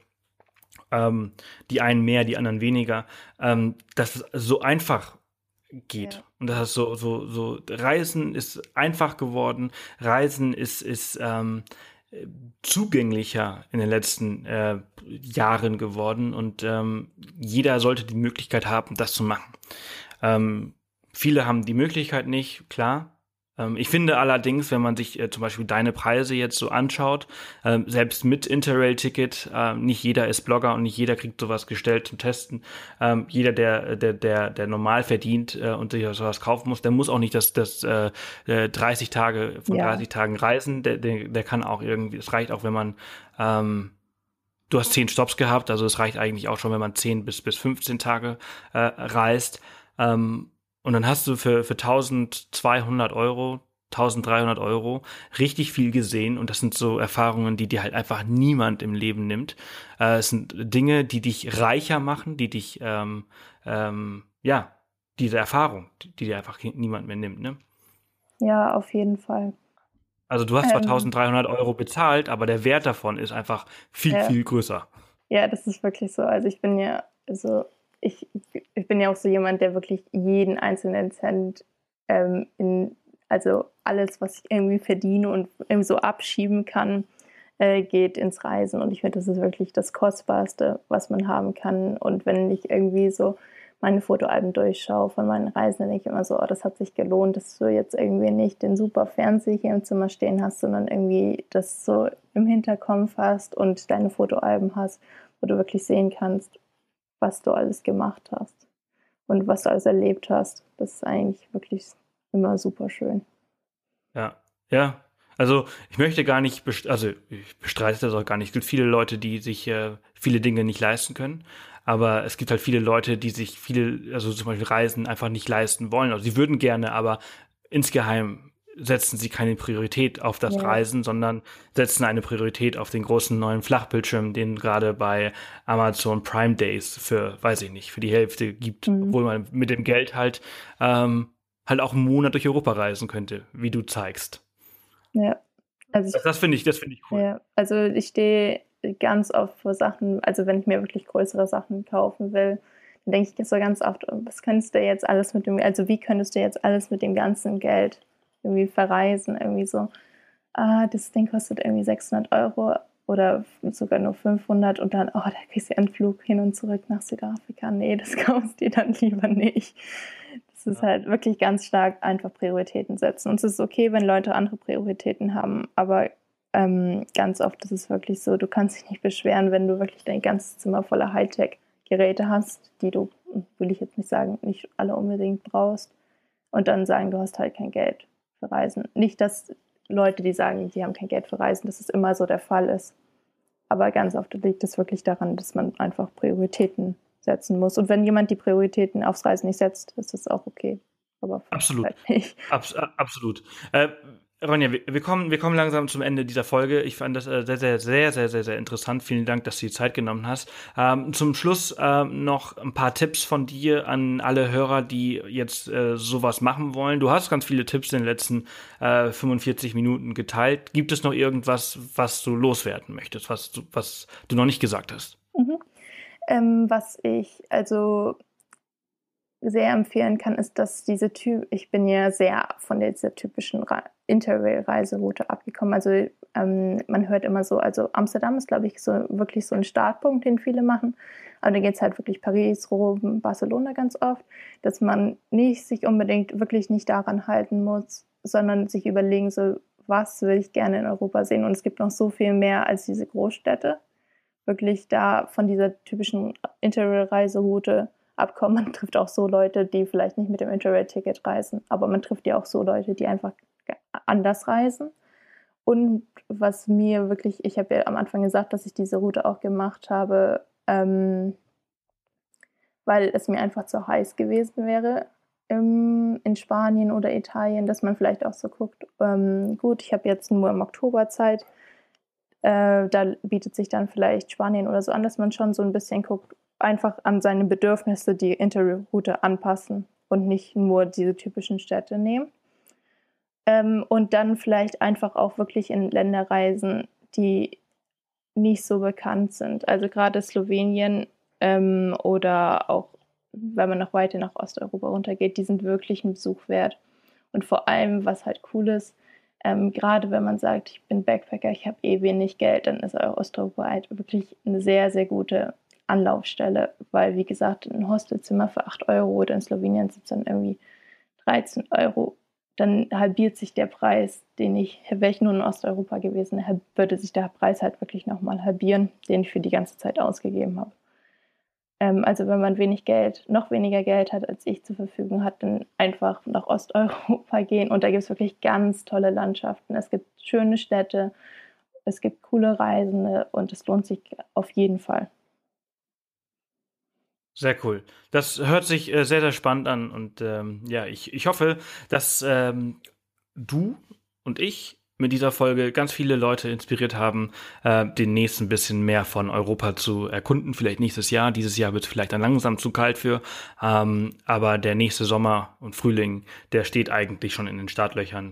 ähm, die einen mehr, die anderen weniger, ähm, dass es so einfach geht. Ja. Und das ist so, so, so, Reisen ist einfach geworden, Reisen ist, ist, ähm, zugänglicher in den letzten äh, Jahren geworden und ähm, jeder sollte die Möglichkeit haben, das zu machen. Ähm, viele haben die Möglichkeit nicht, klar. Ähm, ich finde allerdings, wenn man sich äh, zum Beispiel deine Preise jetzt so anschaut, ähm, selbst mit Interrail-Ticket, äh, nicht jeder ist Blogger und nicht jeder kriegt sowas gestellt zum Testen. Ähm, jeder, der, der, der, der normal verdient äh, und sich sowas kaufen muss, der muss auch nicht das, das äh, dreißig Tage von ja. dreißig Tagen reisen. Der, der, der kann auch irgendwie, es reicht auch, wenn man ähm, du hast zehn Stops gehabt, also es reicht eigentlich auch schon, wenn man zehn bis bis fünfzehn Tage äh, reist. Ähm, und dann hast du für für tausendzweihundert Euro, tausenddreihundert Euro richtig viel gesehen. Und das sind so Erfahrungen, die dir halt einfach niemand im Leben nimmt. Äh, es sind Dinge, die dich reicher machen, die dich, ähm, ähm, ja, diese Erfahrung, die, die dir einfach niemand mehr nimmt, ne? Ja, auf jeden Fall. Also du hast zwar ähm, tausenddreihundert Euro bezahlt, aber der Wert davon ist einfach viel, ja. viel größer. Ja, das ist wirklich so. Also ich bin ja, also ich, ich bin ja auch so jemand, der wirklich jeden einzelnen Cent ähm, in, also alles, was ich irgendwie verdiene und irgendwie so abschieben kann, äh, geht ins Reisen. Und ich finde, das ist wirklich das Kostbarste, was man haben kann. Und wenn ich irgendwie so meine Fotoalben durchschaue von meinen Reisen, dann denke ich immer so, oh, das hat sich gelohnt, dass du jetzt irgendwie nicht den super Fernseher hier im Zimmer stehen hast, sondern irgendwie das so im Hinterkopf hast und deine Fotoalben hast, wo du wirklich sehen kannst, was du alles gemacht hast und was du alles erlebt hast. Das ist eigentlich wirklich immer super schön. Ja, ja. Also ich möchte gar nicht, best- also ich bestreite das auch gar nicht. Es gibt viele Leute, die sich äh, viele Dinge nicht leisten können, aber es gibt halt viele Leute, die sich viele, also zum Beispiel Reisen einfach nicht leisten wollen. Also sie würden gerne, aber insgeheim setzen sie keine Priorität auf das ja. Reisen, sondern setzen eine Priorität auf den großen neuen Flachbildschirm, den gerade bei Amazon Prime Days für, weiß ich nicht, für die Hälfte gibt, mhm. obwohl man mit dem Geld halt ähm, halt auch einen Monat durch Europa reisen könnte, wie du zeigst. Ja, also das, das finde ich, das finde ich cool. Ja, also ich stehe ganz oft vor Sachen, also wenn ich mir wirklich größere Sachen kaufen will, dann denke ich so ganz oft, was könntest du jetzt alles mit dem, also wie könntest du jetzt alles mit dem ganzen Geld irgendwie verreisen, irgendwie so, ah, das Ding kostet irgendwie sechshundert Euro oder sogar nur fünfhundert und dann, oh, da kriegst du einen Flug hin und zurück nach Südafrika. Nee, das kaufst du dir dann lieber nicht. Das ist ja. halt wirklich ganz stark einfach Prioritäten setzen. Und es ist okay, wenn Leute andere Prioritäten haben, aber ähm, ganz oft ist es wirklich so, du kannst dich nicht beschweren, wenn du wirklich dein ganzes Zimmer voller Hightech-Geräte hast, die du, will ich jetzt nicht sagen, nicht alle unbedingt brauchst und dann sagen, du hast halt kein Geld für Reisen. Nicht, dass Leute, die sagen, die haben kein Geld für Reisen, dass es immer so der Fall ist. Aber ganz oft liegt es wirklich daran, dass man einfach Prioritäten setzen muss. Und wenn jemand die Prioritäten aufs Reisen nicht setzt, ist das auch okay. Aber absolut. Halt nicht. Abs- absolut. Äh, Ronja, wir, wir, kommen, wir kommen langsam zum Ende dieser Folge. Ich fand das äh, sehr, sehr, sehr, sehr, sehr, sehr interessant. Vielen Dank, dass du die Zeit genommen hast. Ähm, zum Schluss äh, noch ein paar Tipps von dir an alle Hörer, die jetzt äh, sowas machen wollen. Du hast ganz viele Tipps in den letzten äh, fünfundvierzig Minuten geteilt. Gibt es noch irgendwas, was du loswerden möchtest, was du, was du noch nicht gesagt hast? Mhm. Ähm, was ich also sehr empfehlen kann, ist, dass diese Typ, ich bin ja sehr von dieser typischen Ra- Interrail-Reiseroute abgekommen. Also ähm, man hört immer so, also Amsterdam ist, glaube ich, so wirklich so ein Startpunkt, den viele machen. Aber dann geht es halt wirklich Paris, Rom, Barcelona ganz oft, dass man nicht sich unbedingt wirklich nicht daran halten muss, sondern sich überlegen so, was will ich gerne in Europa sehen? Und es gibt noch so viel mehr als diese Großstädte. Wirklich da von dieser typischen Interrail-Reiseroute abkommen. Man trifft auch so Leute, die vielleicht nicht mit dem Interrail-Ticket reisen, aber man trifft ja auch so Leute, die einfach anders reisen. Und was mir wirklich, ich habe ja am Anfang gesagt, dass ich diese Route auch gemacht habe, ähm, weil es mir einfach zu heiß gewesen wäre im, in Spanien oder Italien, dass man vielleicht auch so guckt, ähm, gut, ich habe jetzt nur im Oktober Zeit, äh, da bietet sich dann vielleicht Spanien oder so an, dass man schon so ein bisschen guckt, einfach an seine Bedürfnisse die Interrail-Route anpassen und nicht nur diese typischen Städte nehmen. Ähm, und dann vielleicht einfach auch wirklich in Länder reisen, die nicht so bekannt sind. Also gerade Slowenien ähm, oder auch, wenn man noch weiter nach Osteuropa runtergeht, die sind wirklich einen Besuch wert. Und vor allem, was halt cool ist, ähm, gerade wenn man sagt, ich bin Backpacker, ich habe eh wenig Geld, dann ist auch Osteuropa halt wirklich eine sehr, sehr gute Anlaufstelle, weil, wie gesagt, ein Hostelzimmer für acht Euro oder in Slowenien sind es dann irgendwie dreizehn Euro. Dann halbiert sich der Preis, den ich, wäre ich nur in Osteuropa gewesen, würde sich der Preis halt wirklich nochmal halbieren, den ich für die ganze Zeit ausgegeben habe. Ähm, also wenn man wenig Geld, noch weniger Geld hat, als ich zur Verfügung hat, dann einfach nach Osteuropa gehen und da gibt es wirklich ganz tolle Landschaften. Es gibt schöne Städte, es gibt coole Reisende und es lohnt sich auf jeden Fall. Sehr cool. Das hört sich äh, sehr, sehr spannend an und ähm, ja, ich, ich hoffe, dass ähm, du und ich mit dieser Folge ganz viele Leute inspiriert haben, äh, demnächst ein bisschen mehr von Europa zu erkunden. Vielleicht nächstes Jahr. Dieses Jahr wird es vielleicht dann langsam zu kalt für. Ähm, aber der nächste Sommer und Frühling, der steht eigentlich schon in den Startlöchern.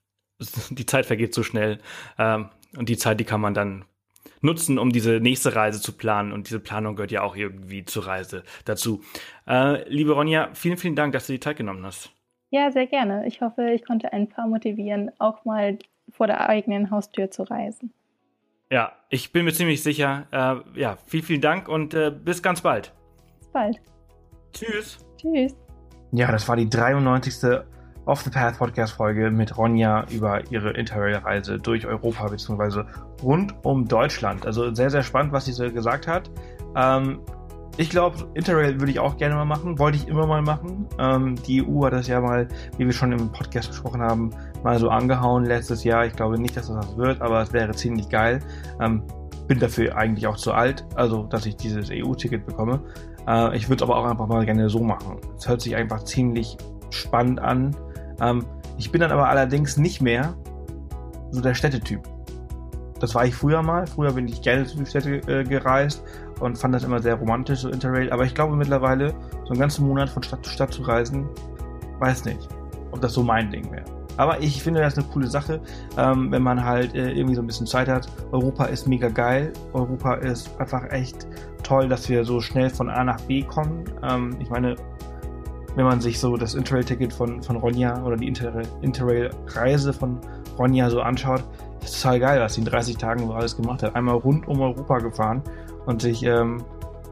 Die Zeit vergeht so schnell. Ähm, und die Zeit, die kann man dann nutzen, um diese nächste Reise zu planen. Und diese Planung gehört ja auch irgendwie zur Reise dazu. Äh, liebe Ronja, vielen, vielen Dank, dass du die Zeit genommen hast. Ja, sehr gerne. Ich hoffe, ich konnte ein paar motivieren, auch mal vor der eigenen Haustür zu reisen. Ja, ich bin mir ziemlich sicher. Äh, ja, vielen, vielen Dank und äh, bis ganz bald. Bis bald. Tschüss. Tschüss. Ja, das war die dreiundneunzigste Off the Path Podcast Folge mit Ronja über ihre Interrail-Reise durch Europa bzw. rund um Deutschland. Also sehr, sehr spannend, was sie so gesagt hat. Ähm, ich glaube, Interrail würde ich auch gerne mal machen, wollte ich immer mal machen. Ähm, die E U hat das ja mal, wie wir schon im Podcast besprochen haben, mal so angehauen letztes Jahr. Ich glaube nicht, dass das was wird, aber es wäre ziemlich geil. Ähm, bin dafür eigentlich auch zu alt, also dass ich dieses E U-Ticket bekomme. Äh, ich würde es aber auch einfach mal gerne so machen. Es hört sich einfach ziemlich spannend an. Ähm, ich bin dann aber allerdings nicht mehr so der Städtetyp. Das war ich früher mal. Früher bin ich gerne zu die Städte äh, gereist und fand das immer sehr romantisch, so Interrail. Aber ich glaube mittlerweile, so einen ganzen Monat von Stadt zu Stadt zu reisen, weiß nicht, ob das so mein Ding wäre. Aber ich finde das eine coole Sache, ähm, wenn man halt äh, irgendwie so ein bisschen Zeit hat. Europa ist mega geil. Europa ist einfach echt toll, dass wir so schnell von A nach B kommen. Ähm, ich meine, wenn man sich so das Interrail-Ticket von, von Ronja oder die Inter- Interrail-Reise von Ronja so anschaut, ist total geil, was sie in dreißig Tagen so alles gemacht hat. Einmal rund um Europa gefahren und sich ähm,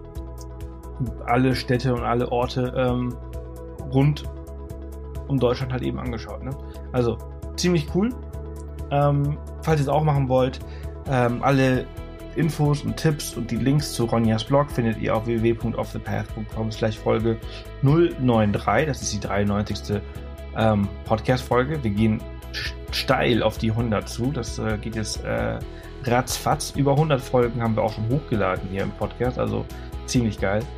alle Städte und alle Orte ähm, rund um Deutschland halt eben angeschaut. Ne? Also ziemlich cool. Ähm, falls ihr es auch machen wollt, ähm, alle Infos und Tipps und die Links zu Ronjas Blog findet ihr auf w w w punkt off the path punkt com slash Folge null neun drei. Das ist die dreiundneunzigste Ähm, Podcast-Folge. Wir gehen steil auf die hundert zu. Das äh, geht jetzt äh, ratzfatz. Über hundert Folgen haben wir auch schon hochgeladen hier im Podcast. Also ziemlich geil.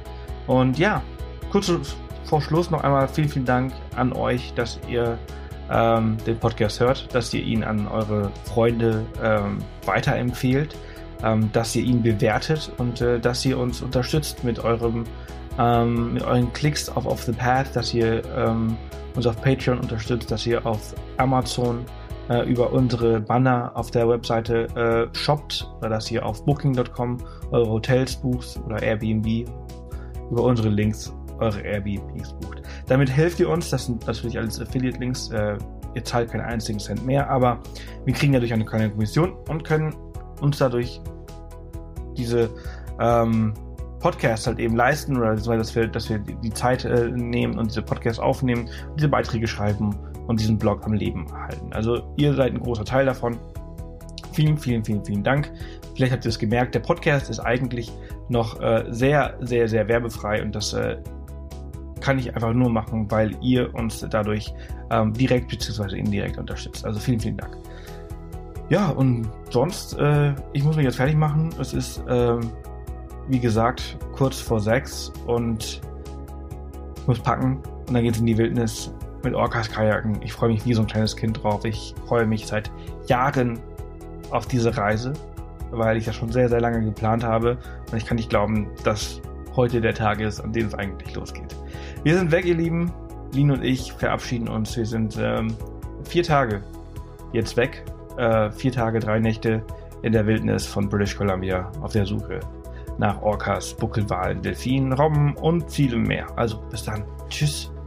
Und ja, kurz vor Schluss noch einmal vielen, vielen Dank an euch, dass ihr ähm, den Podcast hört, dass ihr ihn an eure Freunde ähm, weiterempfehlt, ähm, dass ihr ihn bewertet und äh, dass ihr uns unterstützt mit eurem ähm, mit euren Klicks auf Off the Path, dass ihr ähm, uns auf Patreon unterstützt, dass ihr auf Amazon äh, über unsere Banner auf der Webseite äh, shoppt oder dass ihr auf booking Punkt com eure Hotels bucht oder Airbnb über unsere Links eure Airbnbs bucht. Damit helft ihr uns, das sind natürlich alles Affiliate-Links, äh, ihr zahlt keinen einzigen Cent mehr, aber wir kriegen dadurch eine kleine Kommission und können uns dadurch diese ähm, Podcasts halt eben leisten oder dass wir, dass wir die Zeit äh, nehmen und diese Podcasts aufnehmen, diese Beiträge schreiben und diesen Blog am Leben erhalten. Also ihr seid ein großer Teil davon. Vielen, vielen, vielen, vielen Dank. Vielleicht habt ihr es gemerkt, der Podcast ist eigentlich noch äh, sehr, sehr, sehr werbefrei und das äh, kann ich einfach nur machen, weil ihr uns dadurch ähm, direkt bzw. indirekt unterstützt. Also vielen, vielen Dank. Ja, und sonst, äh, ich muss mich jetzt fertig machen. Es ist, äh, wie gesagt, kurz vor sechs und ich muss packen und dann geht's in die Wildnis mit Orcas Kajaken. Ich freue mich wie so ein kleines Kind drauf. Ich freue mich seit Jahren auf diese Reise, weil ich das schon sehr, sehr lange geplant habe und ich kann nicht glauben, dass heute der Tag ist, an dem es eigentlich losgeht. Wir sind weg, ihr Lieben. Lin und ich verabschieden uns. Wir sind ähm, vier Tage jetzt weg. Äh, vier Tage, drei Nächte in der Wildnis von British Columbia auf der Suche nach Orcas, Buckelwalen, Delfinen, Robben und vielem mehr. Also bis dann. Tschüss.